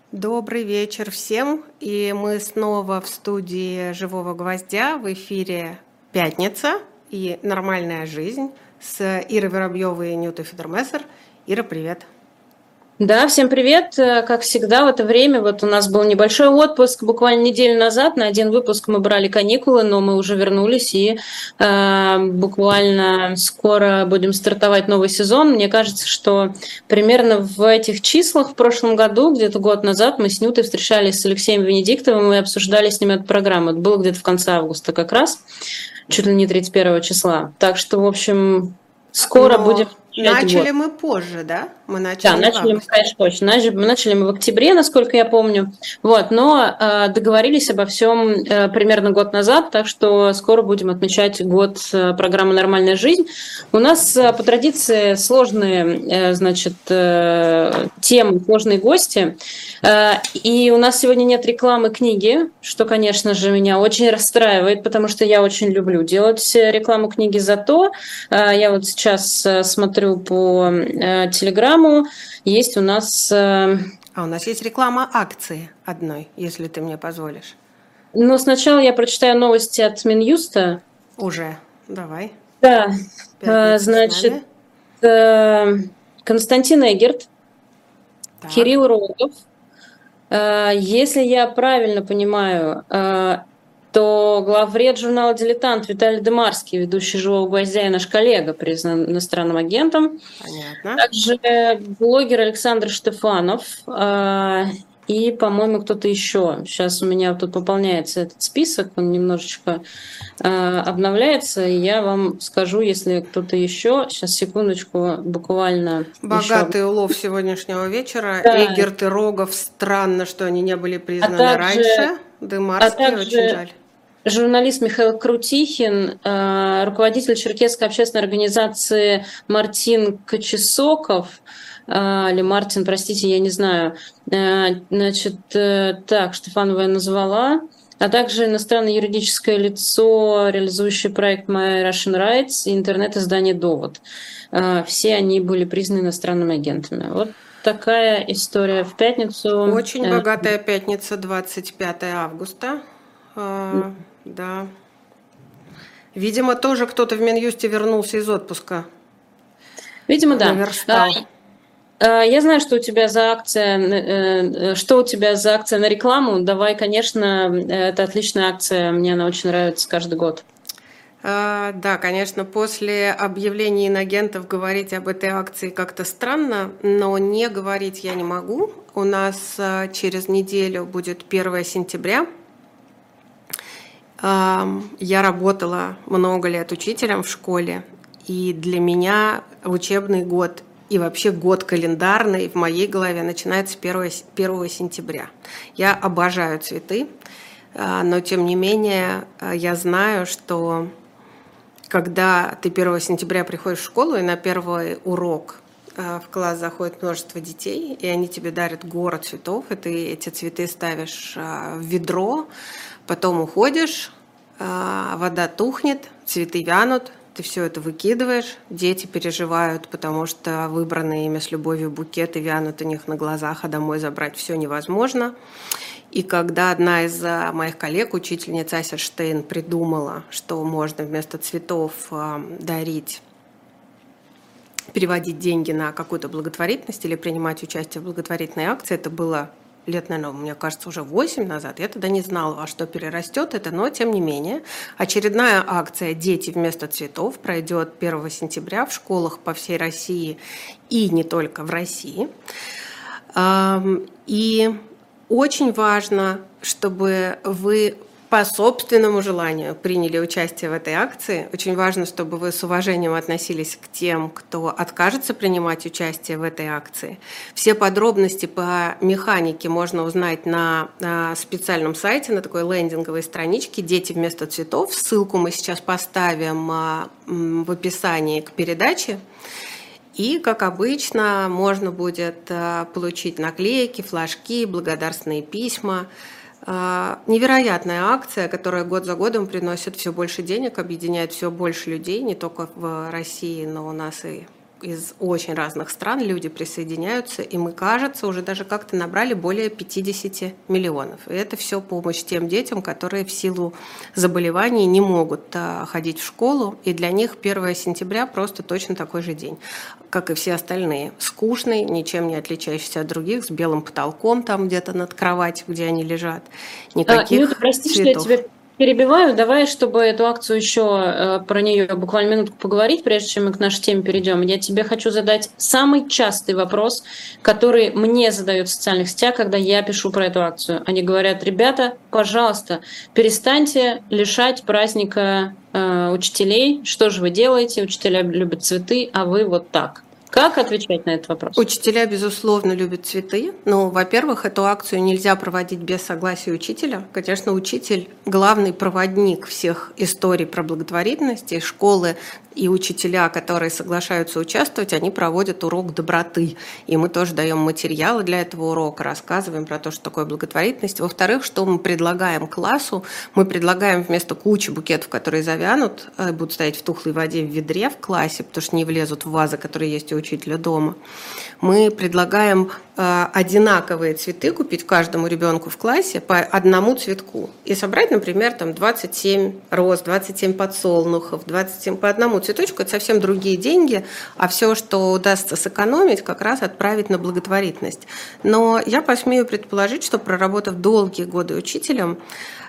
Добрый вечер всем, и мы снова в студии «Живого гвоздя», в эфире «Пятница» и «Нормальная жизнь» с Ирой Воробьевой и Нютой Федермессер. Ира, привет! Да, всем привет. Как всегда, в это время вот у нас был небольшой отпуск, буквально неделю назад. На один выпуск мы брали каникулы, но мы уже вернулись и буквально скоро будем стартовать новый сезон. Мне кажется, что примерно в этих числах в прошлом году, где-то год назад, мы с Нютой встречались с Алексеем Венедиктовым и обсуждали с ним эту программу. Это было где-то в конце августа как раз, чуть ли не 31 числа. Так что, в общем, скоро будем Но начинать год. начали мы позже, да? Мы Да, начали не в начали мы, августе. конечно, очень. Мы начали мы в октябре, насколько я помню. Вот, но договорились обо всем примерно год назад, так что скоро будем отмечать год программы «Нормальная жизнь». У нас по традиции сложные, значит, темы, сложные гости. И у нас сегодня нет рекламы книги, что, конечно же, меня очень расстраивает, потому что я очень люблю делать рекламу книги. Зато я вот сейчас смотрю по Телеграму, есть у нас, А у нас есть реклама акции одной, если ты мне позволишь. ну, сначала я прочитаю новости от Минюста. Уже. Давай. Да, Пятница с значит, нами. э, Константин Эгерт, Так. Кирилл Рогов. Если я правильно понимаю, то главред журнала «Дилетант» Виталий Демарский, ведущий «Живого гвоздя» и наш коллега, признан иностранным агентом. Понятно. Также блогер Александр Штефанов и, по-моему, кто-то еще. Сейчас у меня тут пополняется этот список, он немножечко обновляется, и я вам скажу, если кто-то еще. Сейчас, секундочку, буквально еще. Богатый улов сегодняшнего вечера. Да, Эгерт и Рогов. Странно, что они не были а признаны также, раньше. а Дымарский, очень также жаль. журналист Михаил Крутихин, руководитель черкесской общественной организации Мартин Кочесоков, или Мартин, простите, я не знаю. Значит, так, Штефанова я назвала. А также иностранное юридическое лицо, реализующее проект My Russian Rights и интернет-издание «Довод». Все они были признаны иностранными агентами. Вот такая история в пятницу. Очень богатая пятница, 25 августа. Да. Видимо, тоже кто-то в Минюсте вернулся из отпуска. Видимо, да. Наверстал. Я знаю, что у тебя за акция, что у тебя за акция на рекламу. Давай, конечно, это отличная акция, мне она очень нравится каждый год. Да, конечно, после объявления инагентов говорить об этой акции как-то странно, но не говорить я не могу. У нас через неделю будет 1 сентября. Я работала много лет учителем в школе, и для меня учебный год и вообще год календарный в моей голове начинается с 1 сентября. Я обожаю цветы, но тем не менее я знаю, что когда ты 1 сентября приходишь в школу и на первый урок в класс заходит множество детей, и они тебе дарят город цветов, и ты эти цветы ставишь в ведро, потом уходишь, вода тухнет, цветы вянут, ты все это выкидываешь, дети переживают, потому что выбранные ими с любовью букеты вянут у них на глазах, а домой забрать все невозможно. И когда одна из моих коллег, учительница Ася Штейн, придумала, что можно вместо цветов переводить деньги на какую-то благотворительность или принимать участие в благотворительной акции, это было лет, наверное, мне кажется, уже 8 назад. Я тогда не знала, во что перерастет это, но тем не менее. Очередная акция «Дети вместо цветов» пройдет 1 сентября в школах по всей России и не только в России. И очень важно, чтобы вы по собственному желанию приняли участие в этой акции. Очень важно, чтобы вы с уважением относились к тем, кто откажется принимать участие в этой акции. Все подробности по механике можно узнать на специальном сайте, на такой лендинговой страничке «Дети вместо цветов». Ссылку мы сейчас поставим в описании к передаче. И, как обычно, можно будет получить наклейки, флажки, благодарственные письма. Невероятная акция, которая год за годом приносит все больше денег, объединяет все больше людей, не только в России, но у нас и из очень разных стран люди присоединяются, и мы, кажется, уже даже как-то набрали более 50 миллионов. И это все помощь тем детям, которые в силу заболеваний не могут ходить в школу, и для них 1 сентября просто точно такой же день, как и все остальные. Скучный, ничем не отличающийся от других, с белым потолком там где-то над кроватью, где они лежат. Никаких Нюта, прости, цветов. что я тебя перебиваю. Давай, чтобы эту акцию еще про нее буквально минутку поговорить, прежде чем мы к нашей теме перейдем. Я тебе хочу задать самый частый вопрос, который мне задают в социальных сетях, когда я пишу про эту акцию. Они говорят: ребята, пожалуйста, перестаньте лишать праздника учителей. Что же вы делаете? Учителя любят цветы, а вы вот так. Как отвечать на этот вопрос? Учителя, безусловно, любят цветы. Но, во-первых, эту акцию нельзя проводить без согласия учителя. Конечно, учитель – главный проводник всех историй про благотворительность. И школы и учителя, которые соглашаются участвовать, они проводят урок доброты. И мы тоже даем материалы для этого урока, рассказываем про то, что такое благотворительность. Во-вторых, что мы предлагаем классу? Мы предлагаем вместо кучи букетов, которые завянут, будут стоять в тухлой воде в ведре в классе, потому что не влезут в вазы, которые есть у учителя дома. Мы предлагаем одинаковые цветы купить каждому ребенку в классе по одному цветку и собрать, например, там 27 роз, 27 подсолнухов, 27 по одному цветочку. Это совсем другие деньги, а все, что удастся сэкономить, как раз отправить на благотворительность. Но я посмею предположить, что, проработав долгие годы учителем,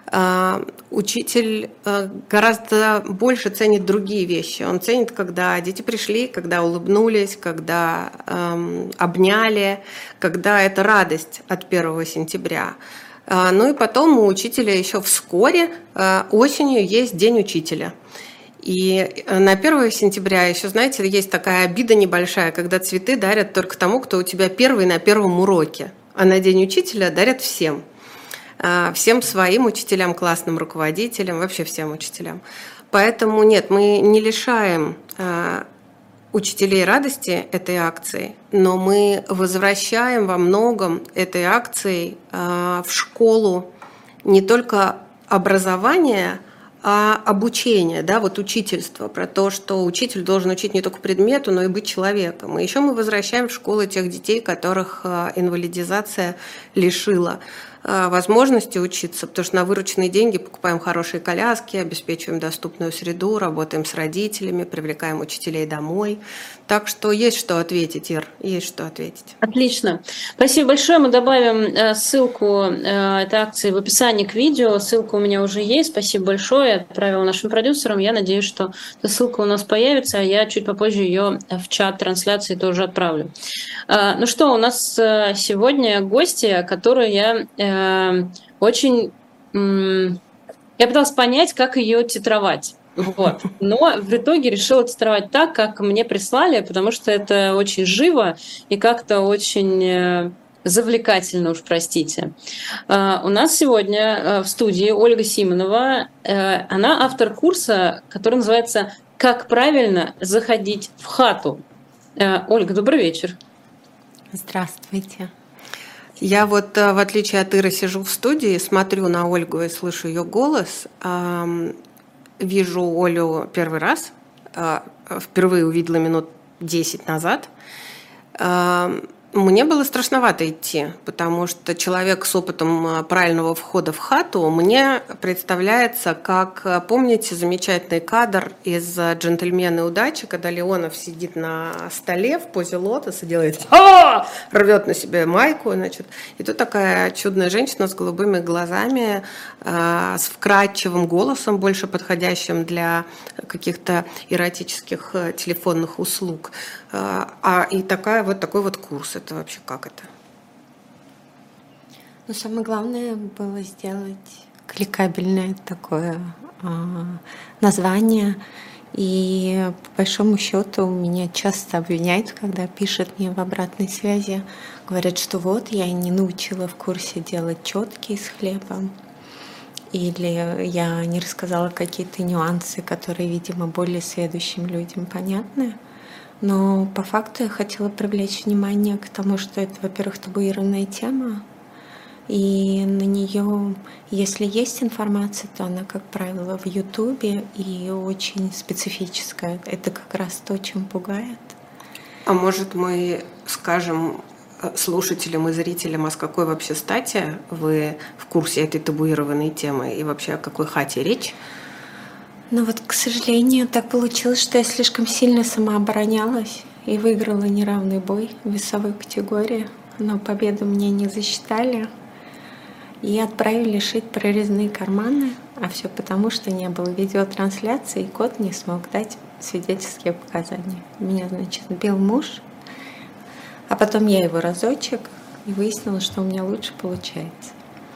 учитель гораздо больше ценит другие вещи. Он ценит, когда дети пришли, когда улыбнулись, когда обняли, когда это радость от 1 сентября. Ну и потом у учителя еще вскоре осенью есть День учителя. И на 1 сентября еще, знаете, есть такая обида небольшая, когда цветы дарят только тому, кто у тебя первый на первом уроке, а на День учителя дарят всем. Всем своим учителям, классным руководителям, вообще всем учителям. Поэтому нет, мы не лишаем учителей радости этой акции, но мы возвращаем во многом этой акцией в школу не только образование, а обучение, да, вот учительство, про то, что учитель должен учить не только предмету, но и быть человеком. И еще мы возвращаем в школу тех детей, которых инвалидизация лишила возможности учиться, потому что на вырученные деньги покупаем хорошие коляски, обеспечиваем доступную среду, работаем с родителями, привлекаем учителей домой. Так что есть что ответить, Ир, есть что ответить. Отлично. Спасибо большое. Мы добавим ссылку этой акции в описании к видео. Ссылка у меня уже есть. Спасибо большое. Я отправила нашим продюсерам. Я надеюсь, что эта ссылка у нас появится, а я чуть попозже ее в чат трансляции тоже отправлю. Ну что, у нас сегодня гостья, которую я очень... Я пыталась понять, как ее титровать. Вот. Но в итоге решила тестировать так, как мне прислали, потому что это очень живо и как-то очень завлекательно, уж простите. У нас сегодня в студии Ольга Симонова. Она автор курса, который называется «Как правильно заходить в хату». Ольга, добрый вечер. Здравствуйте. Я вот, в отличие от Иры, сижу в студии, смотрю на Ольгу и слышу ее голос. Вижу Олю первый раз, впервые увидела минут 10 назад. Мне было страшновато идти, потому что человек с опытом правильного входа в хату мне представляется, как, помните, замечательный кадр из «Джентльмены удачи», когда Леонов сидит на столе в позе лотоса, делает рвет на себе майку, значит, и тут такая чудная женщина с голубыми глазами, с вкрадчивым голосом, больше подходящим для каких-то эротических телефонных услуг. И такой вот курс. Это вообще как это? Но самое главное было сделать кликабельное такое название. И по большому счету меня часто обвиняют, когда пишут мне в обратной связи. Говорят, что вот я не научила в курсе делать четки с хлебом. Или я не рассказала какие-то нюансы, которые, видимо, более сведущим людям понятны. Но по факту я хотела привлечь внимание к тому, что это, во-первых, табуированная тема, и на нее, если есть информация, то она, как правило, в Ютубе и очень специфическая. Это как раз то, чем пугает. А может, мы скажем слушателям и зрителям, а с какой вообще стати вы в курсе этой табуированной темы и вообще о какой хате речь? Ну вот, к сожалению, так получилось, что я слишком сильно самооборонялась и выиграла неравный бой в весовой категории, но победу мне не засчитали и отправили шить прорезные карманы, а все потому, что не было видеотрансляции, и кот не смог дать свидетельские показания. Меня, значит, бил муж, а потом я его разочек, и выяснила, что у меня лучше получается.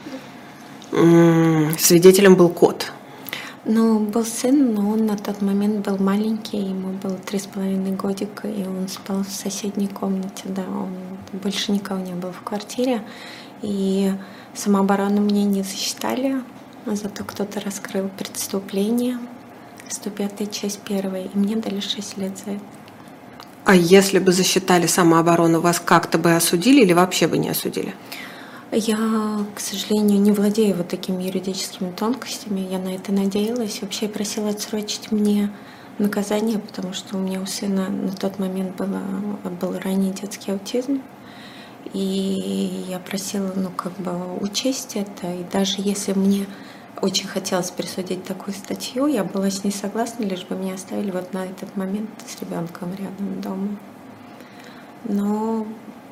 Свидетелем был кот. Ну, был сын, но он на тот момент был маленький, ему было 3,5 годика, и он спал в соседней комнате, да, он больше никого не было в квартире, и самооборону мне не засчитали, зато кто-то раскрыл преступление, 105-я часть 1, и мне дали 6 лет за это. А если бы засчитали самооборону, вас как-то бы осудили или вообще бы не осудили? Я, к сожалению, не владею вот такими юридическими тонкостями. Я на это надеялась. Вообще я просила отсрочить мне наказание, потому что у меня у сына на тот момент был ранний детский аутизм. И я просила, учесть это. И даже если мне очень хотелось присудить такую статью, я была с ней согласна, лишь бы меня оставили вот на этот момент с ребенком рядом дома. Но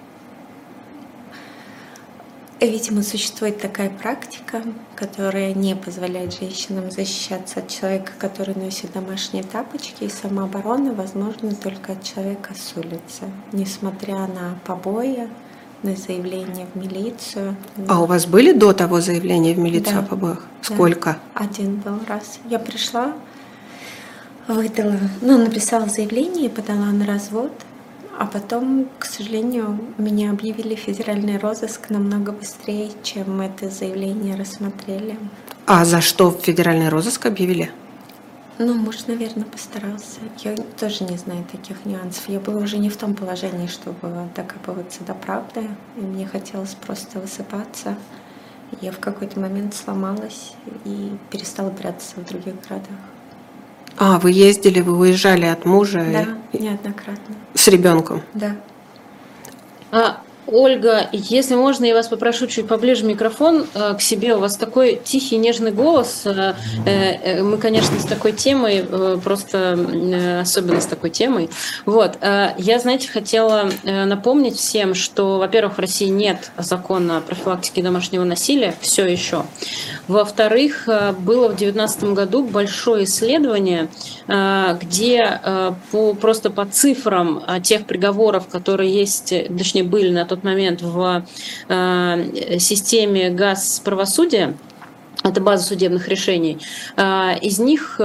видимо, существует такая практика, которая не позволяет женщинам защищаться от человека, который носит домашние тапочки, и самооборона возможна только от человека с улицы, несмотря на побои, на заявление в милицию. А у вас были до того заявления в милицию о побоях? Сколько? Да, один был раз. Я пришла, написала заявление и подала на развод. А потом, к сожалению, меня объявили в федеральный розыск намного быстрее, чем это заявление рассмотрели. А за что в федеральный розыск объявили? Муж, наверное, постарался. Я тоже не знаю таких нюансов. Я была уже не в том положении, чтобы докапываться до правды. И мне хотелось просто высыпаться. Я в какой-то момент сломалась и перестала прятаться в других городах. А, вы ездили, вы уезжали от мужа? Да, неоднократно. С ребенком? Да. Ольга, если можно, я вас попрошу чуть поближе микрофон к себе. У вас такой тихий, нежный голос. Мы, конечно, с такой темой, просто особенно с такой темой. Вот. Я, знаете, хотела напомнить всем, что, во-первых, в России нет закона о профилактике домашнего насилия, все еще. Во-вторых, было в 2019 году большое исследование, где просто по цифрам тех приговоров, которые есть, точнее, были на тот момент в системе ГАС-правосудия, это база судебных решений. Из них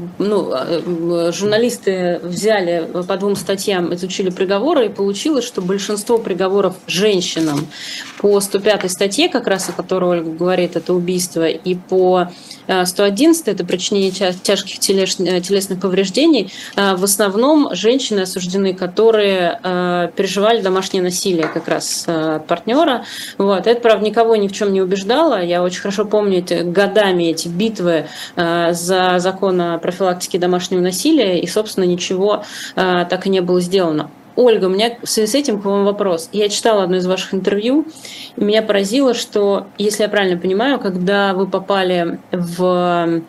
журналисты взяли по 2 статьям, изучили приговоры, и получилось, что большинство приговоров женщинам по 105 статье, как раз о которой Ольга говорит, это убийство, и по 111 это причинение тяжких телесных повреждений, в основном женщины осуждены, которые переживали домашнее насилие как раз от партнера. Вот. Это, правда, никого ни в чем не убеждало. Я очень хорошо помню годами эти битвы за закон о профилактике домашнего насилия, и, собственно, ничего так и не было сделано. Ольга, у меня в связи с этим к вам вопрос. Я читала одно из ваших интервью, и меня поразило, что, если я правильно понимаю, когда вы попали в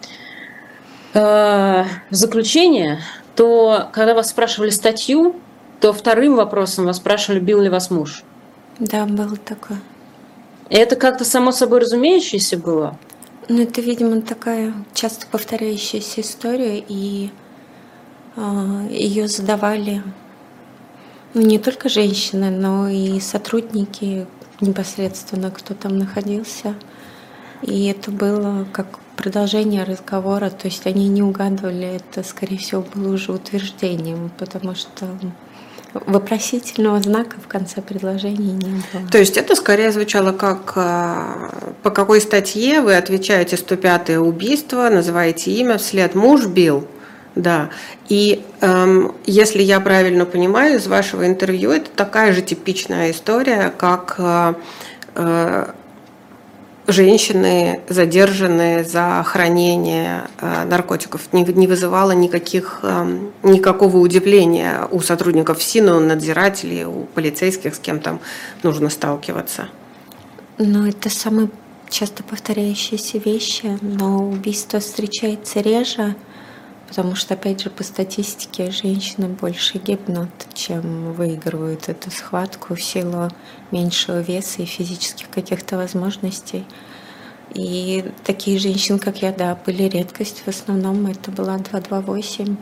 заключение, то когда вас спрашивали статью, то вторым вопросом вас спрашивали, бил ли вас муж. Да, было такое. И это как-то само собой разумеющееся было? Это, видимо, такая часто повторяющаяся история, и ее задавали не только женщины, но и сотрудники непосредственно, кто там находился. И это было как продолжение разговора, то есть они не угадывали, это, скорее всего, было уже утверждением, потому что вопросительного знака в конце предложения не было. То есть это скорее звучало как по какой статье вы отвечаете 105-е убийство, называете имя, вслед муж бил. Да. И если я правильно понимаю, из вашего интервью это такая же типичная история, как женщины, задержанные за хранение наркотиков, не вызывало никакого удивления у сотрудников ФСИНа, у надзирателей, у полицейских, с кем там нужно сталкиваться? Ну, это самые часто повторяющиеся вещи, но убийство встречается реже, потому что, опять же, по статистике женщины больше гибнут, чем выигрывают эту схватку в силу меньшего веса и физических каких-то возможностей. И такие женщины, как я, да, были редкость. В основном это была 228.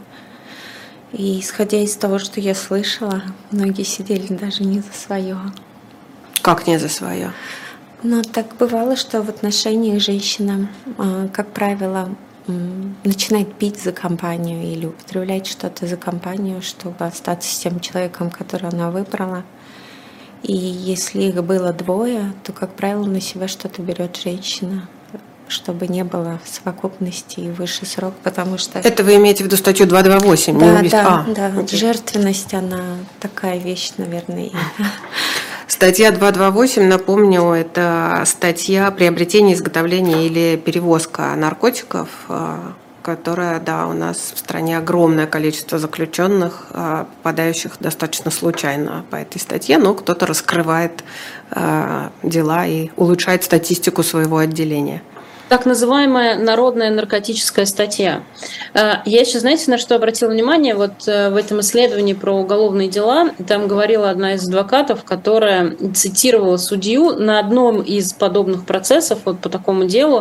И исходя из того, что я слышала, многие сидели даже не за свое. Как не за свое? Но так бывало, что в отношениях женщина, как правило, начинает пить за компанию или употреблять что-то за компанию, чтобы остаться с тем человеком, который она выбрала. И если их было двое, то, как правило, на себя что-то берет женщина, чтобы не было совокупности и высший срок, потому что... Это вы имеете в виду статью 228? Да. Жертвенность, она такая вещь, наверное. Статья 228, напомню, это статья приобретения, изготовления или перевозка наркотиков, которая, да, у нас в стране огромное количество заключенных, попадающих достаточно случайно по этой статье, но кто-то раскрывает дела и улучшает статистику своего отделения. Так называемая народная наркотическая статья. Я еще, знаете, на что обратила внимание? Вот в этом исследовании про уголовные дела, там говорила одна из адвокатов, которая цитировала судью на одном из подобных процессов, вот по такому делу,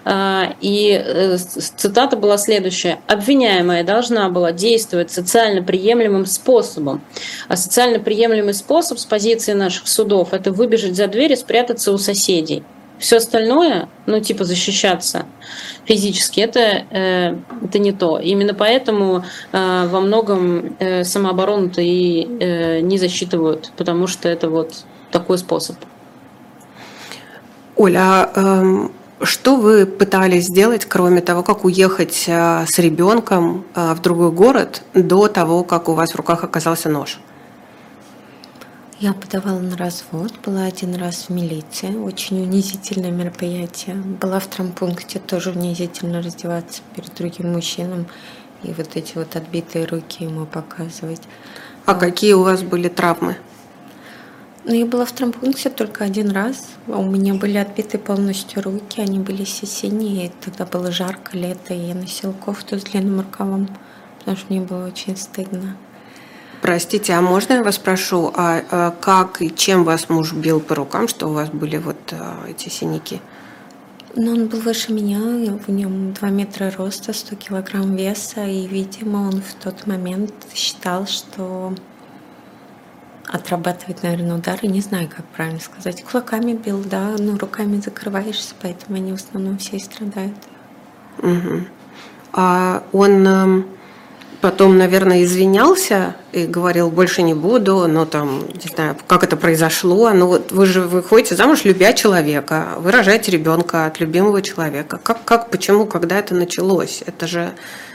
и цитата была следующая. «Обвиняемая должна была действовать социально приемлемым способом. А социально приемлемый способ с позиции наших судов – это выбежать за дверь и спрятаться у соседей. Все остальное, защищаться физически, это не то. Именно поэтому во многом самооборону-то и не засчитывают, потому что это вот такой способ». Оля, что вы пытались сделать, кроме того, как уехать с ребенком в другой город до того, как у вас в руках оказался нож? Я подавала на развод, была один раз в милиции, очень унизительное мероприятие. Была в травмпункте, тоже унизительно раздеваться перед другим мужчином и вот эти вот отбитые руки ему показывать. А какие у вас были травмы? Я была в травмпункте только один раз. У меня были отбиты полностью руки, они были все синие. Тогда было жарко, лето, и я носила кофту с длинным рукавом, потому что мне было очень стыдно. Простите, а можно я вас спрошу, как и чем вас муж бил по рукам, что у вас были вот эти синяки? Он был выше меня, в нем 2 метра роста, 100 килограмм веса, и, видимо, он в тот момент считал, что отрабатывает, наверное, удары, не знаю, как правильно сказать. Кулаками бил, да, но руками закрываешься, поэтому они в основном все и страдают. Угу. А он потом, наверное, извинялся и говорил, больше не буду, не знаю, как это произошло. Вы же выходите замуж, любя человека, вы рожаете ребенка от любимого человека. Почему, когда это началось? Это же...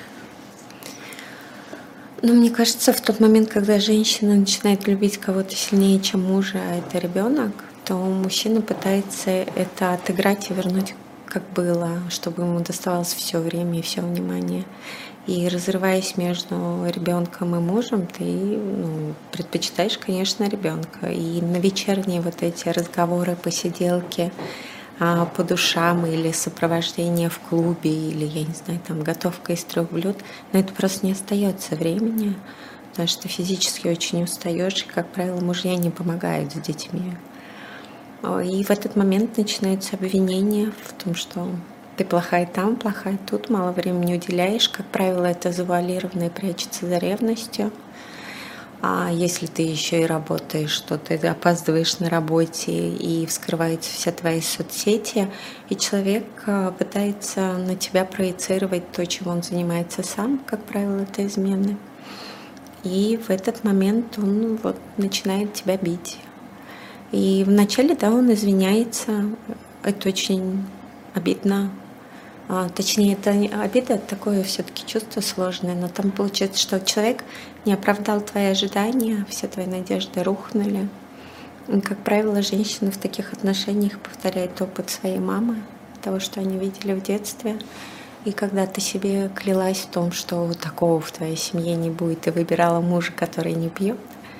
Мне кажется, в тот момент, когда женщина начинает любить кого-то сильнее, чем мужа, а это ребенок, то мужчина пытается это отыграть и вернуть, как было, чтобы ему доставалось все время и все внимание. И разрываясь между ребенком и мужем, ты предпочитаешь, конечно, ребенка. И на вечерние вот эти разговоры, посиделки по душам или сопровождение в клубе, или, я не знаю, там готовка из 3 блюд, на это просто не остается времени, потому что физически очень устаешь, и, как правило, мужья не помогают с детьми. И в этот момент начинаются обвинения в том, что ты плохая там, плохая тут, мало времени уделяешь. Как правило, это завуалированно и прячется за ревностью. А если ты еще и работаешь, то ты опаздываешь на работе, и вскрываются все твои соцсети, и человек пытается на тебя проецировать то, чем он занимается сам, как правило, это измены. И в этот момент он начинает тебя бить. И вначале, да, он извиняется, это очень обидно. Точнее, это обида, это такое все-таки чувство сложное, но там получается, что человек не оправдал твои ожидания, все твои надежды рухнули. Как правило, женщины в таких отношениях повторяют опыт своей мамы, того, что они видели в детстве. И когда ты себе клялась в том, что вот такого в твоей семье не будет, и выбирала мужа, который не пьет,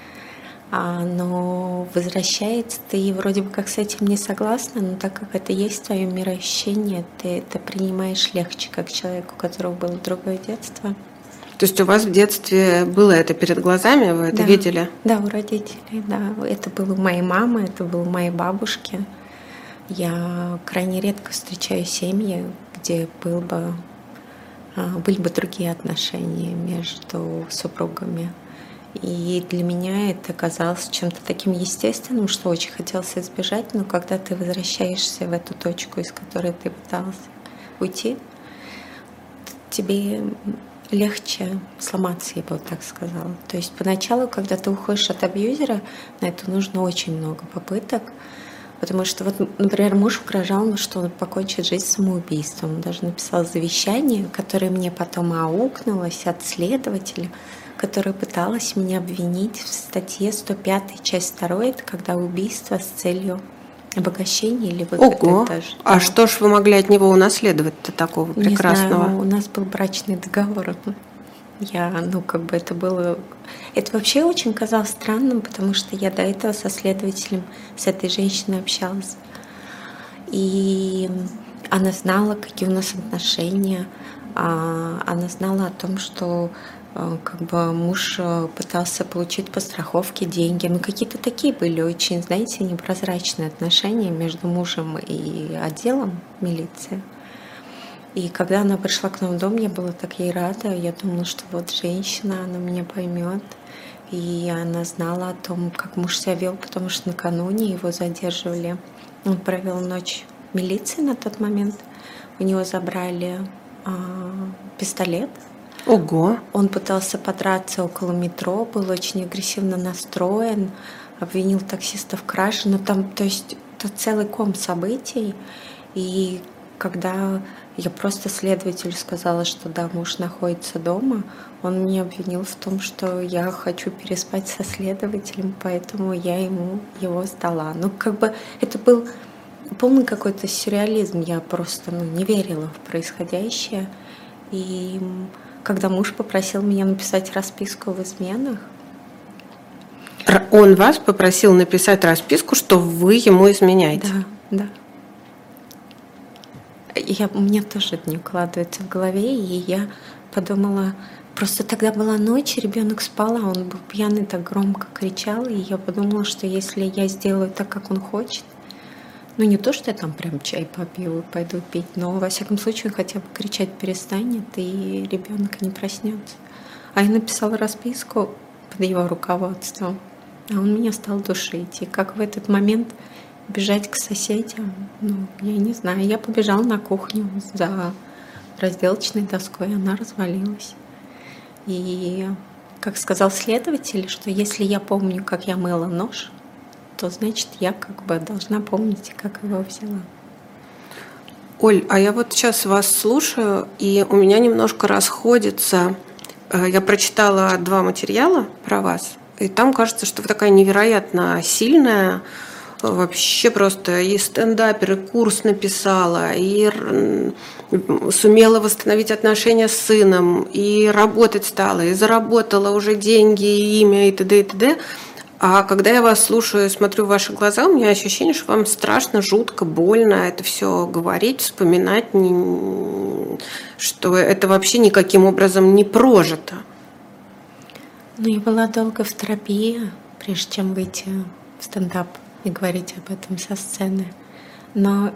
но возвращается, ты вроде бы как с этим не согласна, но так как это есть твое мироощущение, ты это принимаешь легче, как человек, у которого было другое детство. То есть у вас в детстве было это перед глазами, вы это видели? Да, у родителей, да. Это было у моей мамы, это было у моей бабушки. Я крайне редко встречаю семьи, где были бы другие отношения между супругами. И для меня это казалось чем-то таким естественным, что очень хотелось избежать, но когда ты возвращаешься в эту точку, из которой ты пытался уйти, тебе легче сломаться, я бы вот так сказала. То есть поначалу, когда ты уходишь от абьюзера, на это нужно очень много попыток, потому что, вот, например, муж угрожал, что он покончит жизнь самоубийством. Он даже написал завещание, которое мне потом аукнулось от следователя, которая пыталась меня обвинить в статье 105, часть 2, это когда убийство с целью обогащения или выгоды. Ого! Даже. А Да. что ж вы могли от него унаследовать-то такого прекрасного? Не знаю, у нас был брачный договор. Это было... Это вообще очень казалось странным, потому что я до этого со следователем, с этой женщиной общалась. И она знала, какие у нас отношения. Она знала о том, что муж пытался получить по страховке деньги. Какие-то такие были очень, знаете, непрозрачные отношения между мужем и отделом милиции. И когда она пришла к нам в дом, я была так ей рада. Я думала, что вот женщина, она меня поймет. И она знала о том, как муж себя вел, потому что накануне его задерживали. Он провел ночь в милиции на тот момент. У него забрали пистолет. Ого! Он пытался подраться около метро, был очень агрессивно настроен, обвинил таксиста в краже. Но там, то есть, это целый ком событий. И когда я просто следователю сказала, что да, муж находится дома, он меня обвинил в том, что я хочу переспать со следователем, поэтому я ему его сдала. Это был полный какой-то сюрреализм. Я просто не верила в происходящее. И когда муж попросил меня написать расписку в изменах. Он вас попросил написать расписку, что вы ему изменяете? Да. У меня тоже это не укладывается в голове, и я подумала, просто тогда была ночь, ребенок спал, а он был пьяный, так громко кричал, и я подумала, что если я сделаю так, как он хочет, не то, что я там прям чай попью и пойду пить, но во всяком случае хотя бы кричать перестанет, и ребенок не проснется. А я написала расписку под его руководством, а он меня стал душить. И как в этот момент бежать к соседям, я не знаю. Я побежала на кухню за разделочной доской, она развалилась. И, как сказал следователь, что если я помню, как я мыла нож, то значит я должна помнить, как его взяла. Оль, а я вот сейчас вас слушаю, и у меня немножко расходится. Я прочитала 2 материала про вас, и там кажется, что вы такая невероятно сильная, вообще просто и стендапер, и курс написала, и сумела восстановить отношения с сыном, и работать стала, и заработала уже деньги, и имя, и т.д., и т.д. А когда я вас слушаю и смотрю в ваши глаза, у меня ощущение, что вам страшно, жутко, больно это все говорить, вспоминать, что это вообще никаким образом не прожито. Я была долго в терапии, прежде чем выйти в стендап и говорить об этом со сцены. Но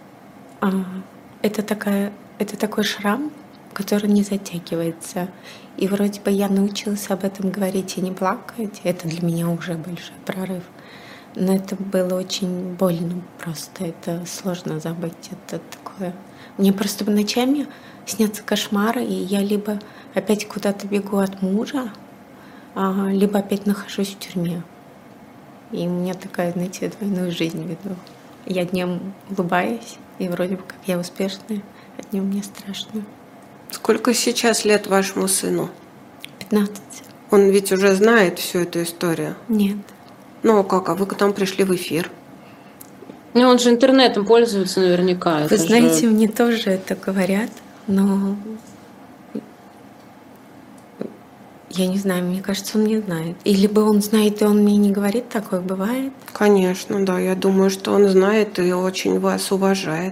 это такой шрам, который не затягивается. И вроде бы я научилась об этом говорить и не плакать. Это для меня уже большой прорыв. Но это было очень больно просто. Это сложно забыть. Это такое. Мне просто ночами снятся кошмары, и я либо опять куда-то бегу от мужа, либо опять нахожусь в тюрьме. И у меня такая, знаете, двойную жизнь веду. Я днем улыбаюсь, и вроде бы как я успешная, а днем мне страшно. Сколько сейчас лет вашему сыну? 15. Он ведь уже знает всю эту историю. Нет. Ну, как, а вы там пришли в эфир? Ну, он же интернетом пользуется наверняка. Вы знаете, мне тоже это говорят, но я не знаю, мне кажется, он не знает. И либо он знает, и он мне не говорит, такое бывает. Конечно, да, я думаю, что он знает и очень вас уважает.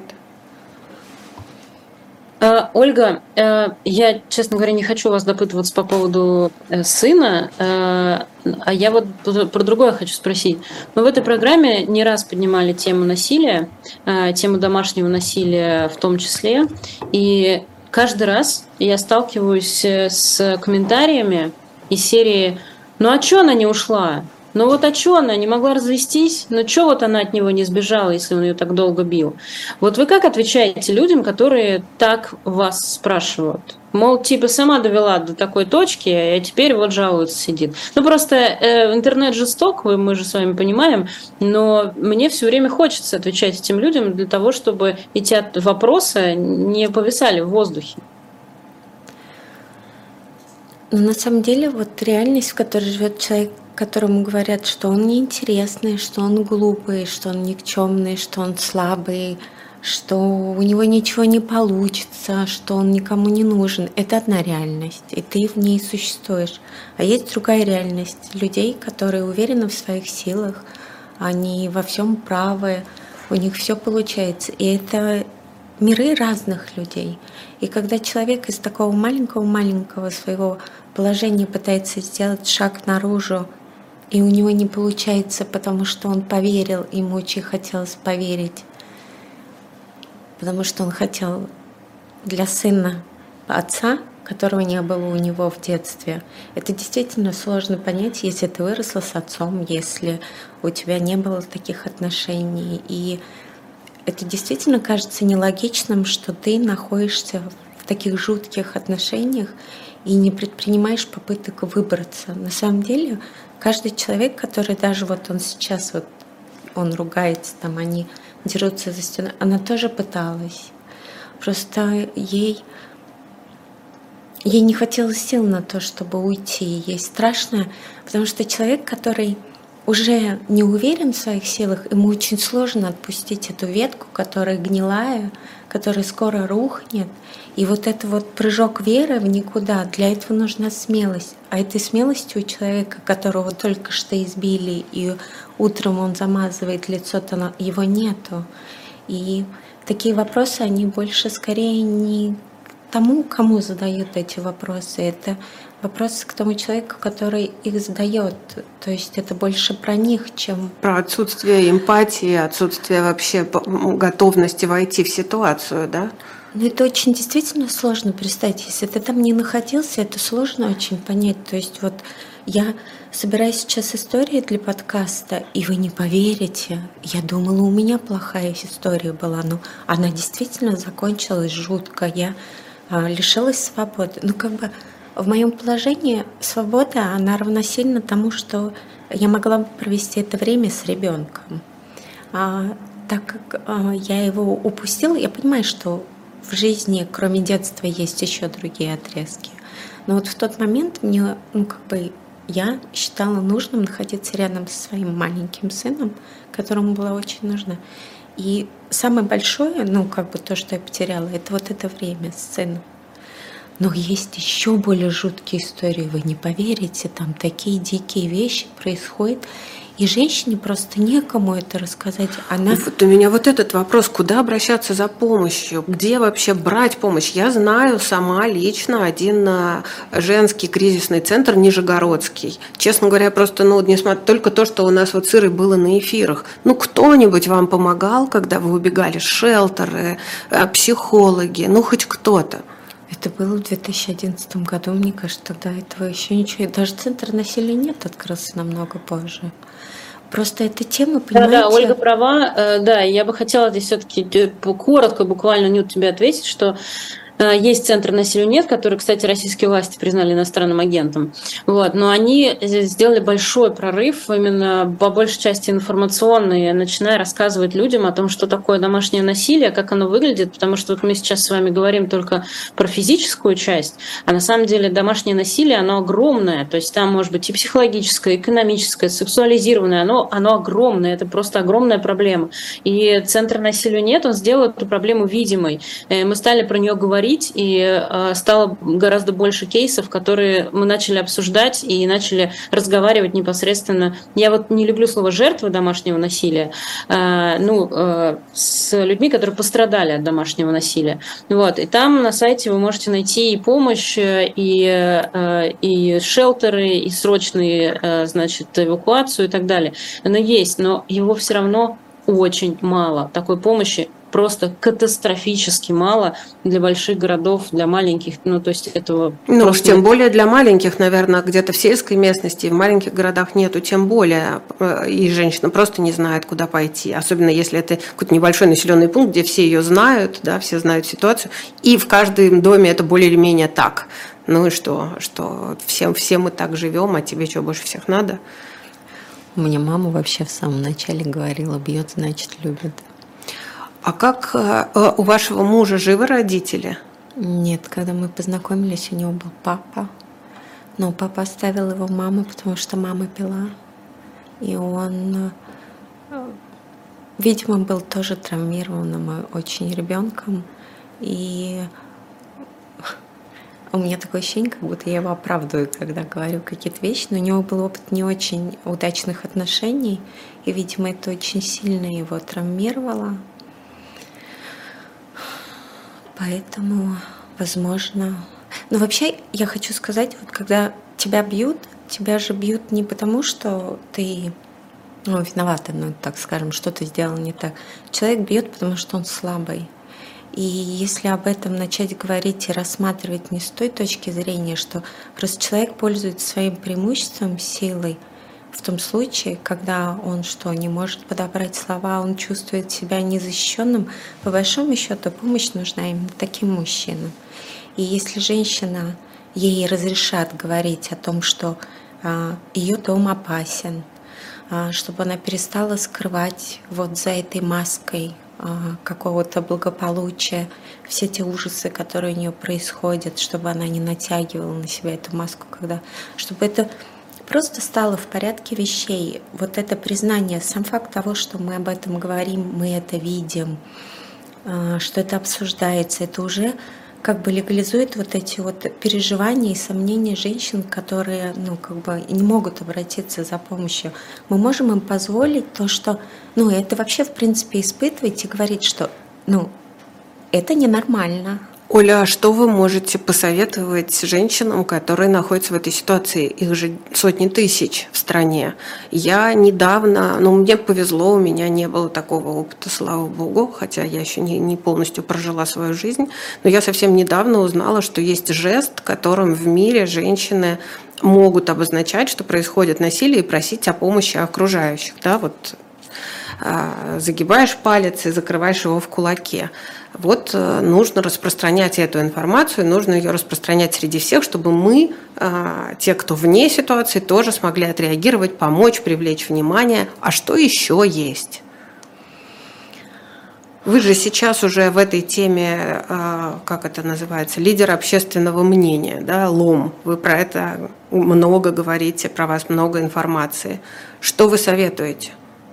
Ольга, я, честно говоря, не хочу вас допытываться по поводу сына, а я вот про другое хочу спросить. Мы в этой программе не раз поднимали тему насилия, тему домашнего насилия в том числе, и каждый раз я сталкиваюсь с комментариями из серии «Ну а чё она не ушла? Ну вот а чё она не могла развестись? Ну чё вот она от него не сбежала, если он ее так долго бил?» Вот вы как отвечаете людям, которые так вас спрашивают? Мол, типа, сама довела до такой точки, а теперь вот жалуется, сидит. Ну, просто интернет жесток, мы же с вами понимаем, но мне все время хочется отвечать этим людям для того, чтобы эти вопросы не повисали в воздухе. Но на самом деле вот реальность, в которой живет человек, которому говорят, что он неинтересный, что он глупый, что он никчемный, что он слабый, что у него ничего не получится, что он никому не нужен. Это одна реальность, и ты в ней существуешь. А есть другая реальность людей, которые уверены в своих силах, они во всем правы, у них все получается. И это миры разных людей. И когда человек из такого маленького-маленького своего положения пытается сделать шаг наружу, и у него не получается, потому что он поверил, ему очень хотелось поверить, потому что он хотел для сына отца, которого не было у него в детстве. Это действительно сложно понять, если ты выросла с отцом, если у тебя не было таких отношений. И это действительно кажется нелогичным, что ты находишься в таких жутких отношениях и не предпринимаешь попыток выбраться. На самом деле, каждый человек, который даже вот он сейчас, вот он ругается, там они дерутся за стеной, она тоже пыталась. Просто ей не хватило сил на то, чтобы уйти. Ей страшно, потому что человек, который уже не уверен в своих силах, ему очень сложно отпустить эту ветку, которая гнилая, которая скоро рухнет. И вот это вот прыжок веры в никуда, для этого нужна смелость. А этой смелости у человека, которого только что избили, и утром он замазывает лицо, то его нету. И такие вопросы, они больше скорее не тому, кому задают эти вопросы. Это вопросы к тому человеку, который их задает. То есть это больше про них, чем... Про отсутствие эмпатии, отсутствие вообще готовности войти в ситуацию, да? Ну, это очень действительно сложно представить. Если ты там не находился, это сложно очень понять. То есть вот я собираю сейчас истории для подкаста, и вы не поверите, я думала, у меня плохая история была, но она действительно закончилась жутко. Я лишилась свободы. Ну, как бы в моем положении свобода, она равносильна тому, что я могла бы провести это время с ребенком. Так как я его упустила, я понимаю, что в жизни, кроме детства, есть еще другие отрезки. Но вот в тот момент мне, я считала нужным находиться рядом со своим маленьким сыном, которому была очень нужна. И самое большое, то, что я потеряла, это вот это время с сыном. Но есть еще более жуткие истории, вы не поверите, там такие дикие вещи происходят. И женщине просто некому это рассказать. Вот у меня вот этот вопрос, куда обращаться за помощью, где вообще брать помощь? Я знаю сама лично один женский кризисный центр Нижегородский. Честно говоря, просто, несмотря только то, что у нас вот с Ирой было на эфирах, кто-нибудь вам помогал, когда вы убегали? Шелтеры, психологи, хоть кто-то. Это было в 2011 году, мне кажется, тогда этого еще ничего. Даже центр насилия нет, открылся намного позже. Просто эта тема, понимаете... Да, Ольга права. Да, я бы хотела здесь все-таки коротко, буквально, Нют, тебе ответить, что Есть центр «Насилию нет», который, кстати, российские власти признали иностранным агентом. Вот. Но они сделали большой прорыв, именно по большей части информационный, начиная рассказывать людям о том, что такое домашнее насилие, как оно выглядит, потому что вот мы сейчас с вами говорим только про физическую часть, а на самом деле домашнее насилие, оно огромное, то есть там может быть и психологическое, и экономическое, сексуализированное, оно огромное, это просто огромная проблема. И центр «Насилию нет», он сделал эту проблему видимой. Мы стали про нее говорить, и стало гораздо больше кейсов, которые мы начали обсуждать и начали разговаривать непосредственно. Я вот не люблю слово «жертвы домашнего насилия», с людьми, которые пострадали от домашнего насилия. Вот. И там на сайте вы можете найти и помощь, и шелтеры, и срочные, эвакуацию и так далее. Оно есть, но его все равно очень мало. Такой помощи просто катастрофически мало для больших городов, для маленьких. То есть этого уж тем более для маленьких, наверное, где-то в сельской местности, в маленьких городах нету, тем более. И женщина просто не знает, куда пойти. Особенно если это какой-то небольшой населенный пункт, где все ее знают, да, все знают ситуацию. И в каждом доме это более или менее так. Ну и что все мы так живем, а тебе что, больше всех надо? У меня мама вообще в самом начале говорила: бьет, значит, любит. А как у вашего мужа живы родители? Нет, когда мы познакомились, у него был папа. Но папа оставил его маму, потому что мама пила. И он, видимо, был тоже травмированным очень ребенком. И у меня такое ощущение, как будто я его оправдываю, когда говорю какие-то вещи, но у него был опыт не очень удачных отношений, и, видимо, это очень сильно его травмировало. Поэтому, возможно... Но вообще, я хочу сказать, вот когда тебя же бьют не потому, что ты виновата, так скажем, что ты сделал не так. Человек бьет, потому что он слабый. И если об этом начать говорить и рассматривать не с той точки зрения, что просто человек пользуется своим преимуществом, силой, в том случае, когда он не может подобрать слова, он чувствует себя незащищенным, по большому счету помощь нужна именно таким мужчинам. И если женщина, ей разрешат говорить о том, что ее дом опасен, чтобы она перестала скрывать за этой маской какого-то благополучия, все те ужасы, которые у нее происходят, чтобы она не натягивала на себя эту маску, чтобы это просто стало в порядке вещей. Вот это признание, сам факт того, что мы об этом говорим, мы это видим, что это обсуждается, это уже легализует эти переживания и сомнения женщин, которые не могут обратиться за помощью. Мы можем им позволить то, что это вообще в принципе испытывать и говорить, что это ненормально. Оля, а что вы можете посоветовать женщинам, которые находятся в этой ситуации? Их же сотни тысяч в стране. Я недавно, мне повезло, у меня не было такого опыта, слава богу, хотя я еще не полностью прожила свою жизнь, но я совсем недавно узнала, что есть жест, которым в мире женщины могут обозначать, что происходит насилие, и просить о помощи окружающих. Да, загибаешь палец и закрываешь его в кулаке. Нужно распространять эту информацию, нужно ее распространять среди всех, чтобы мы, те, кто вне ситуации, тоже смогли отреагировать, помочь, привлечь внимание. А что еще есть? Вы же сейчас уже в этой теме, как это называется, лидер общественного мнения, да, ЛОМ. Вы про это много говорите, про вас много информации. Что вы советуете?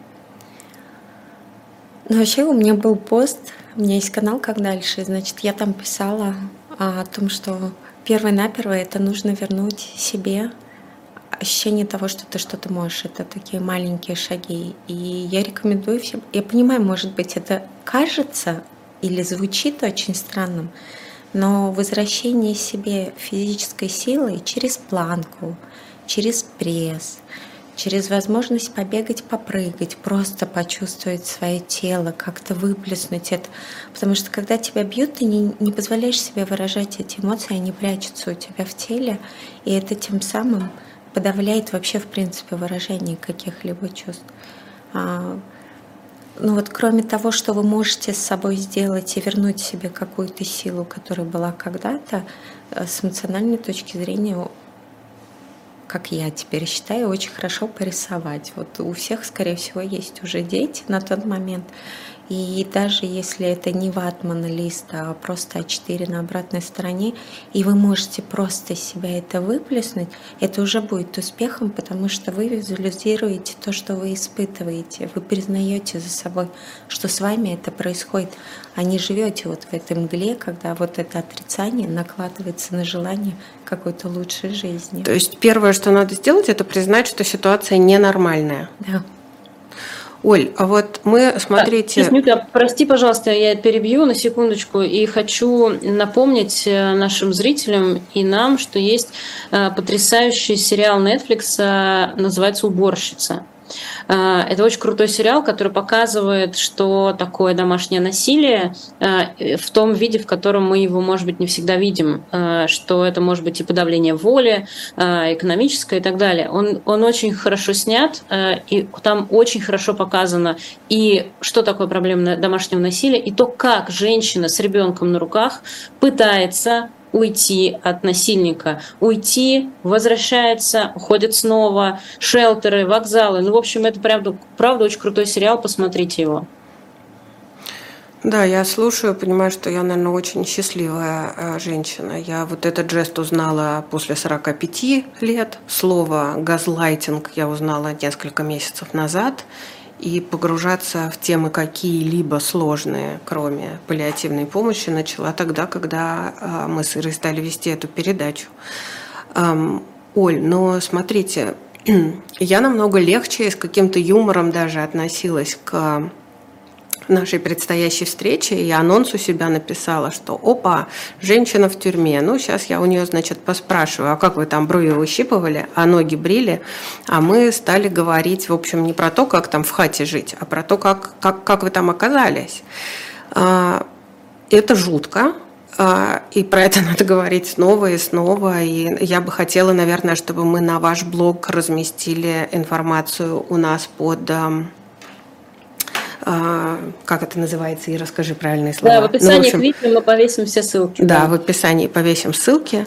Вообще у меня был пост, у меня есть канал «Как дальше», я там писала о том, что первое-наперво это нужно вернуть себе ощущение того, что ты что-то можешь. Это такие маленькие шаги. И я рекомендую всем. Я понимаю, может быть, это кажется или звучит очень странным, но возвращение себе физической силы через планку, через пресс, через возможность побегать, попрыгать, просто почувствовать свое тело, как-то выплеснуть это. Потому что когда тебя бьют, ты не позволяешь себе выражать эти эмоции, они прячутся у тебя в теле, и это тем самым подавляет вообще, в принципе, выражение каких-либо чувств. Ну вот кроме того, что вы можете с собой сделать и вернуть себе какую-то силу, которая была когда-то, с эмоциональной точки зрения, как я теперь считаю, очень хорошо порисовать. Вот у всех, скорее всего, есть уже дети на тот момент. И даже если это не ватман лист, а просто А4 на обратной стороне, и вы можете просто себя это выплеснуть, это уже будет успехом, потому что вы визуализируете то, что вы испытываете. Вы признаете за собой, что с вами это происходит, а не живете вот в этой мгле, когда вот это отрицание накладывается на желание какой-то лучшей жизни. То есть первое, что надо сделать, это признать, что ситуация ненормальная. Да. Оль, а вот мы, смотрите... Нюта, прости, пожалуйста, я перебью на секундочку и хочу напомнить нашим зрителям и нам, что есть потрясающий сериал Netflix, называется «Уборщица». Это очень крутой сериал, который показывает, что такое домашнее насилие в том виде, в котором мы его, может быть, не всегда видим, что это может быть и подавление воли, экономическое и так далее. Он очень хорошо снят, и там очень хорошо показано и что такое проблема домашнего насилия, и то, как женщина с ребенком на руках пытается уйти от насильника, уйти, возвращается, уходит снова, шелтеры, вокзалы. Ну, в общем, это правда очень крутой сериал, посмотрите его. Да, я слушаю, понимаю, что я, наверное, очень счастливая женщина. Я вот этот жест узнала после 45 лет. Слово «газлайтинг» я узнала несколько месяцев назад. И погружаться в темы какие-либо сложные, кроме паллиативной помощи, начала тогда, когда мы с Ирой стали вести эту передачу. Оль, но смотрите, я намного легче и с каким-то юмором даже относилась к нашей предстоящей встрече, и анонс у себя написала, что опа, женщина в тюрьме. Ну, сейчас я у нее, значит, поспрашиваю, а как вы там брови выщипывали, а ноги брили? А мы стали говорить, в общем, не про то, как там в хате жить, а про то, как вы там оказались. Это жутко. И про это надо говорить снова и снова. И я бы хотела, наверное, чтобы мы на ваш блог разместили информацию у нас под... как это называется, и расскажи правильные слова. Да, в описании к видео мы повесим все ссылки. Да, в описании повесим ссылки.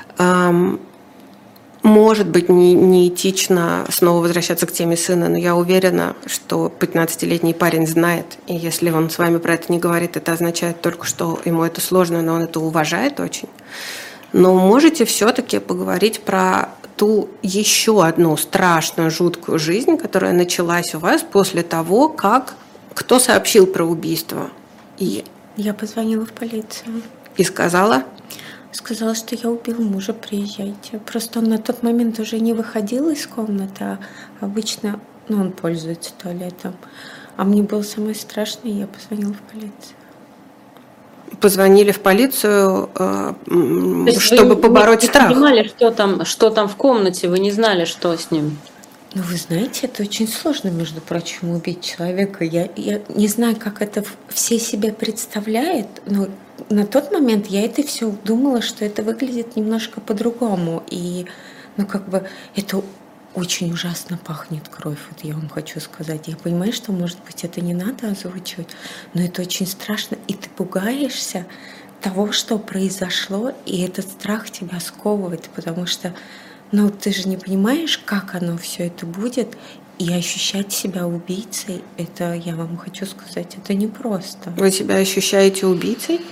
Может быть, неэтично снова возвращаться к теме сына, но я уверена, что 15-летний парень знает, и если он с вами про это не говорит, это означает только, что ему это сложно, но он это уважает очень. Но можете все-таки поговорить про ту еще одну страшную, жуткую жизнь, которая началась у вас после того, как кто сообщил про убийство? И я позвонила в полицию. И сказала? Сказала, что я убил мужа, приезжайте. Просто он на тот момент уже не выходил из комнаты, а обычно он пользуется туалетом. А мне было самое страшное, и я позвонила в полицию. Позвонили в полицию, чтобы побороть страх? Вы не понимали, что там в комнате, вы не знали, что с ним? Ну, вы знаете, это очень сложно, между прочим, убить человека. Я не знаю, как это все себе представляют, но на тот момент я это все думала, что это выглядит немножко по-другому. И, это очень ужасно пахнет кровь, вот я вам хочу сказать. Я понимаю, что, может быть, это не надо озвучивать, но это очень страшно, и ты пугаешься того, что произошло, и этот страх тебя сковывает, потому что ты же не понимаешь, как оно все это будет, и ощущать себя убийцей, это, я вам хочу сказать, это непросто. Вы себя ощущаете убийцей?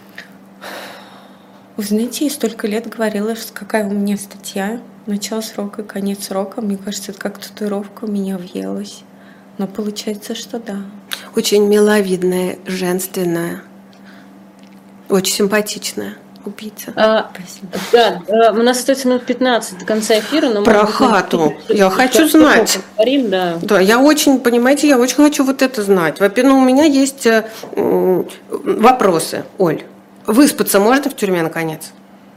Вы знаете, я столько лет говорила, какая у меня статья, начало срока и конец срока. Мне кажется, это как татуировка у меня въелась. Но получается, что да. Очень миловидная, женственная, очень симпатичная убийца. Спасибо. Да, у нас остается минут 15 до конца эфира. Но про хату. Я хочу знать. Поговорим, да. Да, я очень хочу вот это знать. Во-первых, у меня есть вопросы, Оль. Выспаться можно в тюрьме, наконец?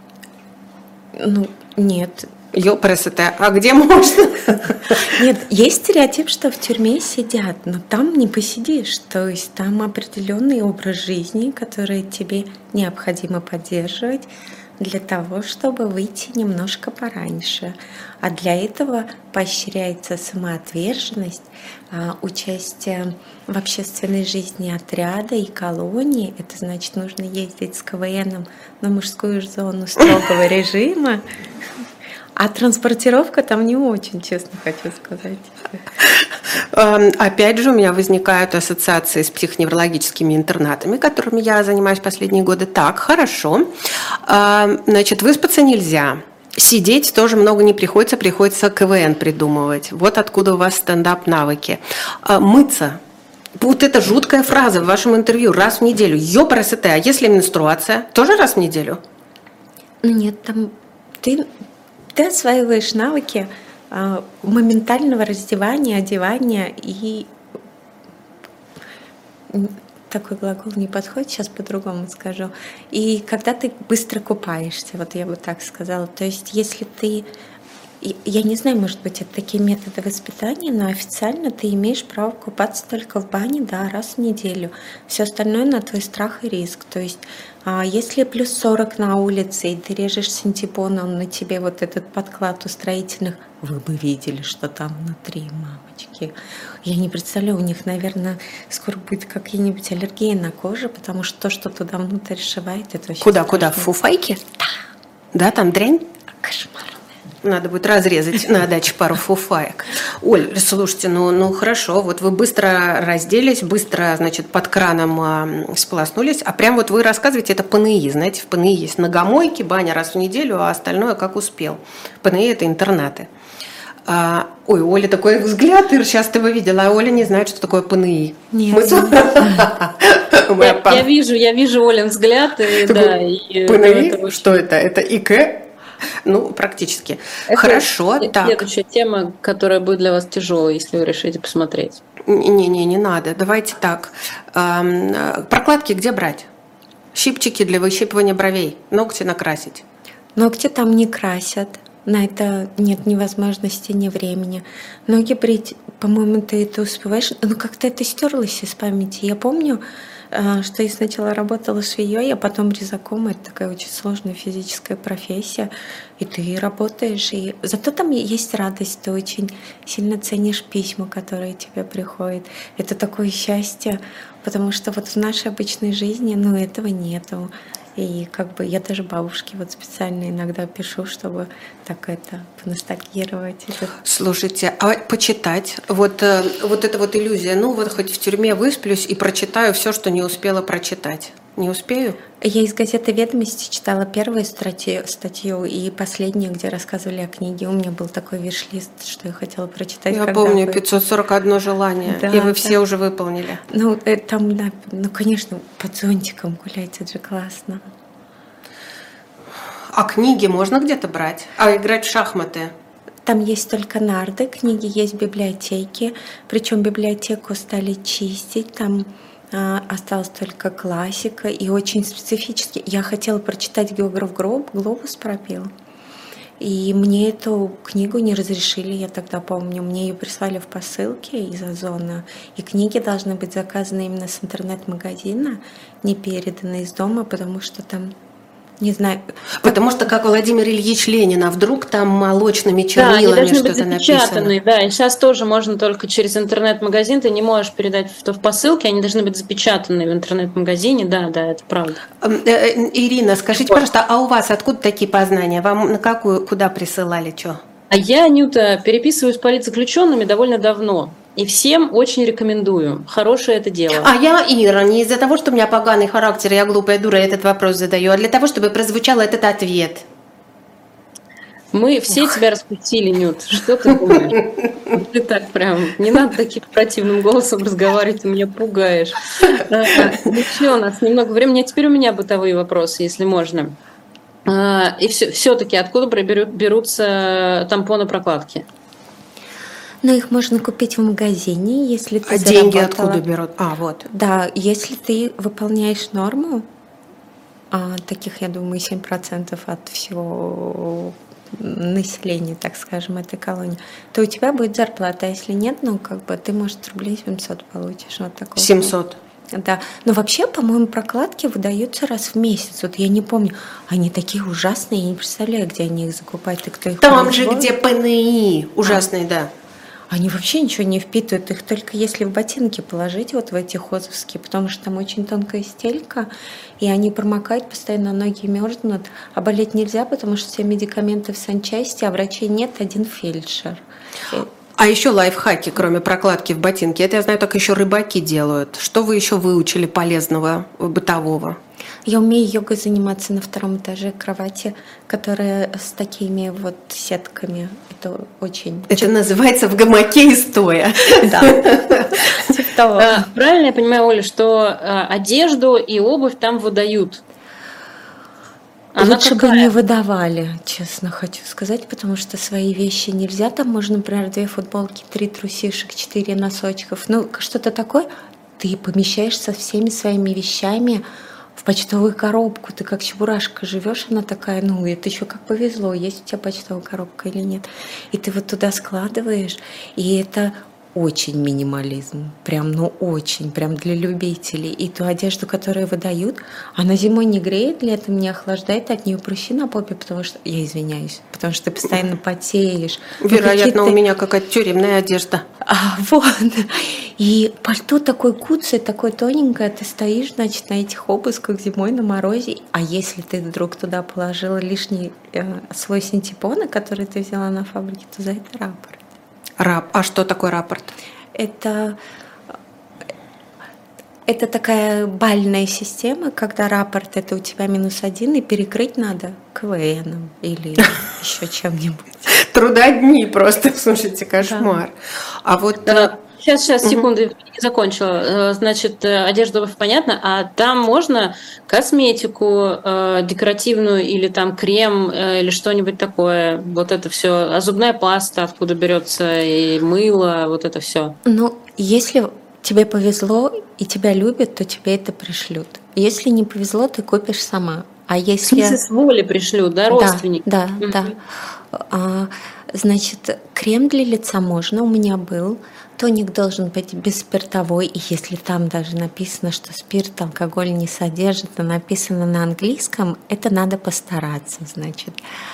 Нет. Ёпресоте, а где можно? Нет, есть стереотип, что в тюрьме сидят, но там не посидишь. То есть там определенный образ жизни, который тебе необходимо поддерживать. для того, чтобы выйти немножко пораньше. А для этого поощряется самоотверженность, участие в общественной жизни отряда и колонии. Это значит, нужно ездить с КВНом на мужскую зону строгого режима. А транспортировка там не очень, честно хочу сказать. Опять же, у меня возникают ассоциации с психоневрологическими интернатами, которыми я занимаюсь последние годы. Так, хорошо. Значит, выспаться нельзя. Сидеть тоже много не приходится, приходится КВН придумывать. Вот откуда у вас стендап-навыки. Мыться. Вот это жуткая фраза в вашем интервью. Раз в неделю. Ёпрст, а если менструация? Тоже раз в неделю? Нет, там ты осваиваешь навыки моментального раздевания, одевания и такой глагол не подходит, сейчас по-другому скажу. И когда ты быстро купаешься, вот я бы так сказала. То есть если ты, я не знаю, может быть, это такие методы воспитания, но официально ты имеешь право купаться только в бане, да, раз в неделю. Все остальное на твой страх и риск. То есть если плюс 40 на улице, и ты режешь синтепоном, на тебе вот этот подклад у строительных, вы бы видели, что там внутри, мамочки. Я не представляю, у них, наверное, скоро будет какая-нибудь аллергия на коже, потому что то, что туда внутрь сшивает, это вообще Куда? страшно. В фуфайке? Да. Да, там дрянь? Кошмар. Надо будет разрезать на даче пару фуфаек. Оль, слушайте, ну хорошо, вот вы быстро разделись, быстро, значит, под краном сполоснулись, а прям вот вы рассказываете, это ПНИ, знаете, в ПНИ есть ногомойки, баня раз в неделю, а остальное как успел. ПНИ – это интернаты. Ой, у Оли такой взгляд, Ир, сейчас ты его видела, а Оля не знает, что такое ПНИ. Нет. Я вижу Олин взгляд. ПНИ? Что это? Это ИК? Ну, практически. Хорошо, так. Следующая тема, которая будет для вас тяжелой, если вы решите посмотреть. Не надо. Давайте так. Прокладки где брать? Щипчики для выщипывания бровей. Ногти накрасить. Ногти там не красят. На это нет ни возможности, ни времени. Ноги брить, по-моему, ты это успеваешь. Ну, как-то это стерлось из памяти. Я помню, что я сначала работала швеей, а потом резаком. Это такая очень сложная физическая профессия. И ты работаешь. И зато там есть радость. Ты очень сильно ценишь письма, которые тебе приходят. Это такое счастье. Потому что вот в нашей обычной жизни, ну, этого нету. И как бы я даже бабушке вот специально иногда пишу, чтобы так это поностальгировать. Слушайте, а почитать? Вот эта вот иллюзия. Ну вот хоть в тюрьме высплюсь и прочитаю все, что не успела прочитать. Не успею? Я из газеты «Ведомости» читала первую статью и последнюю, где рассказывали о книге. У меня был такой виш-лист, что я хотела прочитать. Я помню, 541 желание, да, и вы все уже выполнили. Ну, там, да, ну, конечно, под зонтиком гулять, это же классно. А книги можно где-то брать? А играть в шахматы? Там есть только нарды, книги есть в библиотеке, причем библиотеку стали чистить, там осталась только классика и очень специфически. Я хотела прочитать «Географ Глобус» пропил, и мне эту книгу не разрешили, я тогда помню. Мне ее прислали в посылке из Озона, и книги должны быть заказаны именно с интернет-магазина, не переданы из дома, потому что там... Не знаю. Потому что, как Владимир Ильич Ленин, а вдруг там молочными чернилами что-то написано. Да, и сейчас тоже можно только через интернет-магазин, ты не можешь передать в посылке, они должны быть запечатаны в интернет-магазине, да, это правда. Ирина, скажите, пожалуйста, а у вас откуда такие познания? Вам на какую, куда присылали, что? А я, Нюта, переписываюсь с политзаключенными довольно давно. И всем очень рекомендую. Хорошее это дело. А я, Ира, не из-за того, что у меня поганый характер, я глупая дура, этот вопрос задаю, а для того, чтобы прозвучал этот ответ. Мы все тебя распустили, Нют. Что ты думаешь? Ты так прям... Не надо таким противным голосом разговаривать, ты меня пугаешь. Еще у нас немного времени. А теперь у меня бытовые вопросы, если можно. И все-таки откуда берутся тампоны-прокладки? Ну, их можно купить в магазине, если ты заработала. Деньги откуда берут? Вот. Да, если ты выполняешь норму, таких, я думаю, 7% от всего населения, так скажем, этой колонии, то у тебя будет зарплата. А если нет, ну, как бы ты, может, рублей 700 получишь. Вот такого. 700? Да, но вообще, по-моему, прокладки выдаются раз в месяц. Вот я не помню, они такие ужасные, я не представляю, где они их закупают и кто их Там же, производит. где ПНИ, ужасные, да. Они вообще ничего не впитывают, их только если в ботинки положить, вот в эти хозовские, потому что там очень тонкая стелька, и они промокают, постоянно ноги мерзнут, а болеть нельзя, потому что все медикаменты в санчасти, а врачей нет, один фельдшер. А еще лайфхаки, кроме прокладки в ботинке, это я знаю, так еще рыбаки делают. Что вы еще выучили полезного, бытового? Я умею йогой заниматься на 2 этаже кровати, которая с такими вот сетками. Это очень... Это называется в гамаке и стоя. Да. Типа того. Правильно я понимаю, Оля, что одежду и обувь там выдают? Она Лучше бы какая? не выдавали, честно хочу сказать, потому что свои вещи нельзя. Там можно, например, 2 футболки, 3 трусишек, 4 носочков. Ну, что-то такое. Ты помещаешь со всеми своими вещами в почтовую коробку. Ты как чебурашка живешь, она такая, ну, это еще как повезло, есть у тебя почтовая коробка или нет. И ты вот туда складываешь, и это очень минимализм, прям, ну очень, прям для любителей. И ту одежду, которую выдают, она зимой не греет, летом не охлаждает, от нее прыщи на попе, потому что, я извиняюсь, потому что ты постоянно потеешь. Вероятно, у меня какая-то тюремная одежда. Вот. И пальто такое куцое, такое тоненькое, ты стоишь, значит, на этих обысках зимой на морозе, а если ты вдруг туда положила лишний слой синтепона, который ты взяла на фабрике, то за это рапорт. А что такое рапорт? Это такая бальная система, когда рапорт это у тебя -1, и перекрыть надо КВНом или еще чем-нибудь. Трудодни просто, слушайте, кошмар. А вот... Сейчас, секунду, не закончила. Значит, одежда, обувь, понятно, а там можно косметику декоративную или там крем или что-нибудь такое, вот это все, а зубная паста откуда берется, и мыло, вот это все. Ну, если тебе повезло и тебя любят, то тебе это пришлют. Если не повезло, ты купишь сама. А если... В смысле, с воли пришлют, да, родственники? Да. Значит, крем для лица можно, у меня был. Тоник должен быть бесспиртовой, и если там даже написано, что спирт, алкоголь не содержит, а написано на английском, это надо постараться, значит.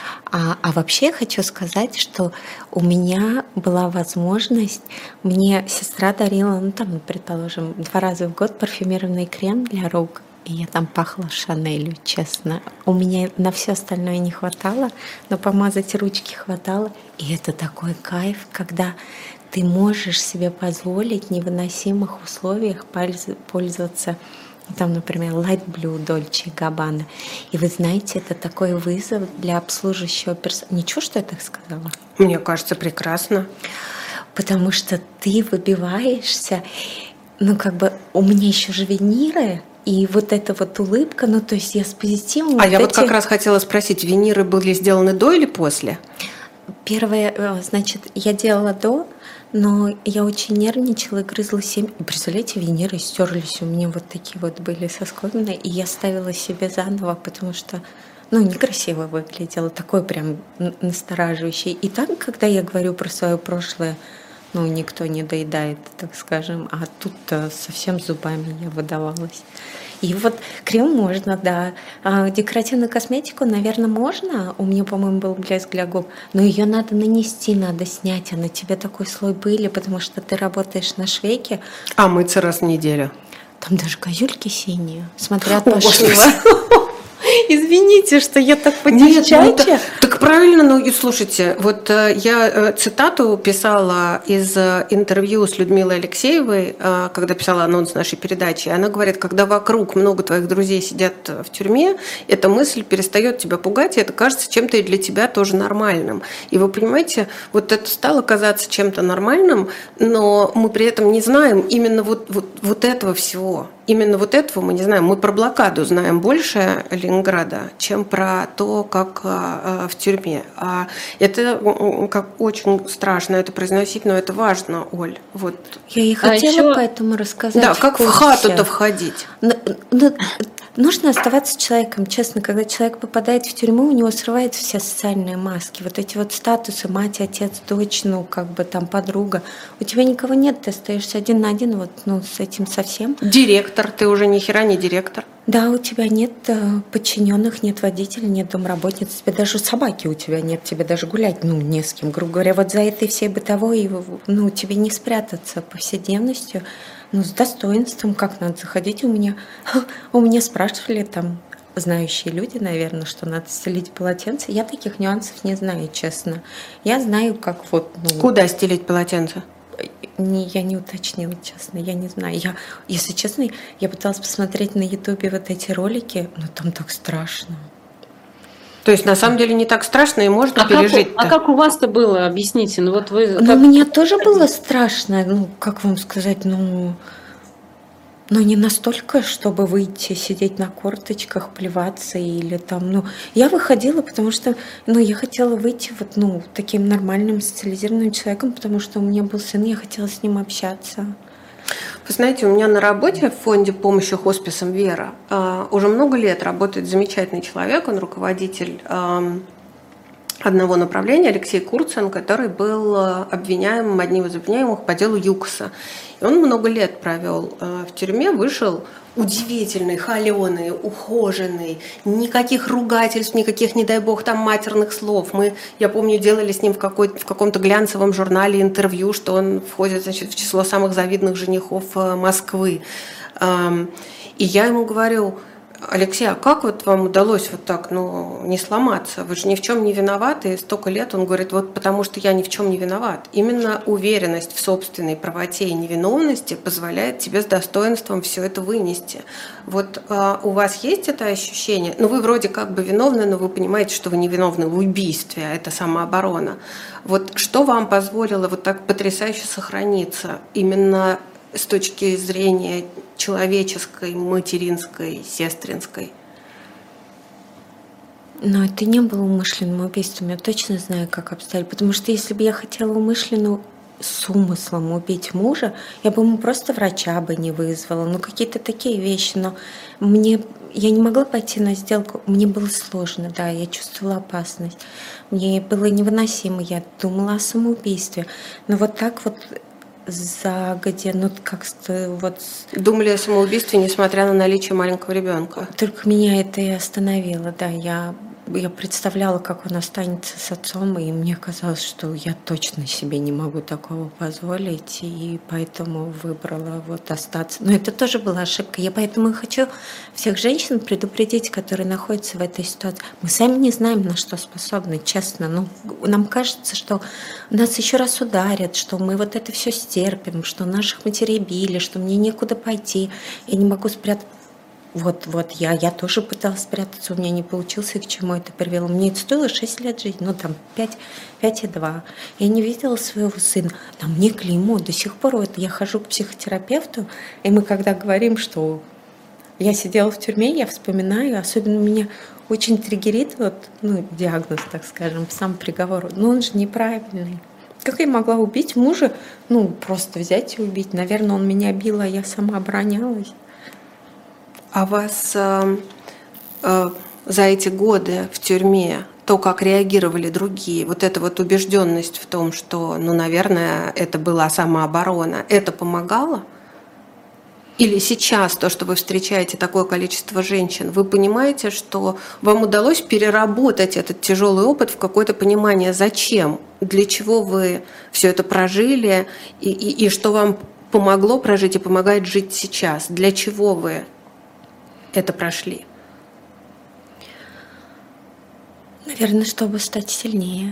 А вообще хочу сказать, что у меня была возможность, мне сестра дарила, ну там, предположим, 2 раза в год парфюмированный крем для рук, и я там пахла Шанелью, честно. У меня на все остальное не хватало, но помазать ручки хватало. И это такой кайф, когда ты можешь себе позволить в невыносимых условиях пользоваться, там, например, Light Blue Dolce & Gabbana. И вы знаете, это такой вызов для обслуживающего персонала. Ничего, что я так сказала? Мне кажется, прекрасно. Потому что ты выбиваешься, ну, как бы, у меня еще же виниры, и вот эта вот улыбка, ну, то есть я с позитивом... А я вот как раз хотела спросить, виниры были сделаны до или после? Первое, значит, я делала до, но я очень нервничала и грызла семь. И представляете, виниры стерлись, у меня вот такие вот были соскобленные, и я ставила себе заново, потому что, ну, некрасиво выглядело, такое прям настораживающее. И так, когда я говорю про свое прошлое, ну, никто не доедает, так скажем, а тут совсем зубами я выдавалась. И вот крем можно, да. А декоративную косметику, наверное, можно. У меня, по-моему, был блеск для губ. Но ее надо нанести, надо снять. А на тебе такой слой пыли, потому что ты работаешь на швейке. А мыться раз в неделю. Там даже козюльки синие, смотря от пошива. Извините, что я так по-девчачьи. Так правильно, ну и слушайте, вот я цитату писала из интервью с Людмилой Алексеевой, когда писала анонс нашей передачи. Она говорит, когда вокруг много твоих друзей сидят в тюрьме, эта мысль перестает тебя пугать, и это кажется чем-то и для тебя тоже нормальным. И вы понимаете, вот это стало казаться чем-то нормальным, но мы при этом не знаем именно вот этого всего. Именно вот этого мы не знаем. Мы про блокаду знаем больше Ленинграда, чем про то, как в тюрьме. А это как очень страшно это произносить, но это важно, Оль. Вот. Я и хотела поэтому рассказать. Да, как в хату-то входить. Нужно оставаться человеком. Честно, когда человек попадает в тюрьму, у него срываются все социальные маски. Вот эти вот статусы: мать, отец, дочь, ну, как бы там подруга. У тебя никого нет, ты остаешься один на один вот, ну, с этим совсем. Директор, ты уже ни хера не директор. Да, у тебя нет подчиненных, нет водителя, нет домработниц, тебе даже собаки у тебя нет, тебе даже гулять, ну, не с кем. Грубо говоря, вот за этой всей бытовой, ну, тебе не спрятаться повседневностью, ну, с достоинством, как надо заходить. У меня спрашивали там знающие люди, наверное, что надо стелить полотенце. Я таких нюансов не знаю, честно. Я знаю, как вот... Ну, куда стелить полотенце? Я не уточнила, честно, я не знаю. Если честно, я пыталась посмотреть на Ютубе вот эти ролики, но там так страшно. То есть, на самом деле, не так страшно и можно пережить. Как у вас-то было? Объясните. Ну, вот вы... Ну, мне тоже было страшно, ну, как вам сказать, но не настолько, чтобы выйти, сидеть на корточках, плеваться или там, ну, я выходила, потому что, ну, я хотела выйти вот, ну, таким нормальным социализированным человеком, потому что у меня был сын, я хотела с ним общаться. Вы знаете, у меня на работе в фонде помощи хосписам «Вера» уже много лет работает замечательный человек, он руководитель одного направления, Алексей Курцин, который был обвиняемым, одним из обвиняемых по делу ЮКОСа. И он много лет провел в тюрьме, вышел удивительный, холеный, ухоженный, никаких ругательств, никаких, не дай бог, там матерных слов. Я помню, делали с ним в каком-то глянцевом журнале интервью, что он входит, значит, в число самых завидных женихов Москвы. И я ему говорю: Алексей, а как вот вам удалось вот так, не сломаться? Вы же ни в чем не виноваты, и столько лет. Он говорит: вот потому что я ни в чем не виноват. Именно уверенность в собственной правоте и невиновности позволяет тебе с достоинством все это вынести. Вот у вас есть это ощущение? Вы вроде как бы виновны, но вы понимаете, что вы не виновны в убийстве, а это самооборона. Вот что вам позволило вот так потрясающе сохраниться именно с точки зрения человеческой, материнской, сестринской? Но это не было умышленным убийством, я точно знаю, как обстоят. Потому что если бы я хотела умышленно с умыслом убить мужа, я бы ему просто врача бы не вызвала. Какие-то такие вещи. Но я не могла пойти на сделку. Мне было сложно, да, я чувствовала опасность. Мне было невыносимо, я думала о самоубийстве. Но вот так вот загодя, Думали о самоубийстве, несмотря на наличие маленького ребенка. Только меня это и остановило, да. Я представляла, как он останется с отцом, и мне казалось, что я точно себе не могу такого позволить, и поэтому выбрала остаться. Но это тоже была ошибка. Я поэтому и хочу всех женщин предупредить, которые находятся в этой ситуации. Мы сами не знаем, на что способны, честно. Нам кажется, что нас еще раз ударят, что мы вот это все стерпим, что наших матерей били, что мне некуда пойти, я не могу спрятаться. Я тоже пыталась спрятаться, у меня не получилось, и к чему это привело. Мне это стоило 6 лет жить, 5,2. Я не видела своего сына. На мне клеймо до сих пор. Я хожу к психотерапевту, и мы когда говорим, что я сидела в тюрьме, я вспоминаю, особенно меня очень триггерит диагноз, так скажем, сам приговор. Он же неправильный. Как я могла убить мужа? Просто взять и убить. Наверное, он меня бил, а я сама оборонялась. А вас за эти годы в тюрьме, то, как реагировали другие, вот эта убежденность в том, что, наверное, это была самооборона, это помогало? Или сейчас то, что вы встречаете такое количество женщин, вы понимаете, что вам удалось переработать этот тяжелый опыт в какое-то понимание, зачем, для чего вы все это прожили, и что вам помогло прожить и помогает жить сейчас? Для чего вы это прошли? Наверное, чтобы стать сильнее.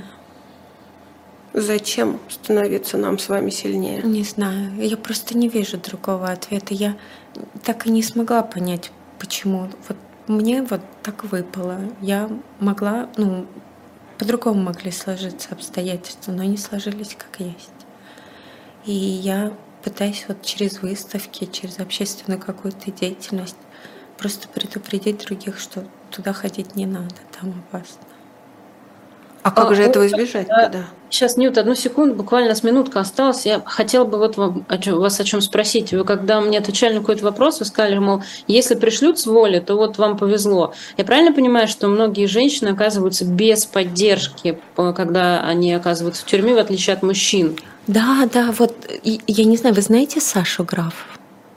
Зачем становиться нам с вами сильнее? Не знаю. Я просто не вижу другого ответа. Я так и не смогла понять, почему. Мне так выпало. Я могла, по-другому могли сложиться обстоятельства, но они сложились как есть. И я пытаюсь через выставки, через общественную какую-то деятельность просто предупредить других, что туда ходить не надо, там опасно. А как же этого избежать-то, да? Сейчас, Нют, одну секунду, буквально с минутка осталась. Я хотела бы вот вас о чем спросить. Вы когда мне отвечали на какой-то вопрос, вы сказали, мол, если пришлют с воли, то вот вам повезло. Я правильно понимаю, что многие женщины оказываются без поддержки, когда они оказываются в тюрьме, в отличие от мужчин? Да, вот я не знаю, вы знаете Сашу Граф?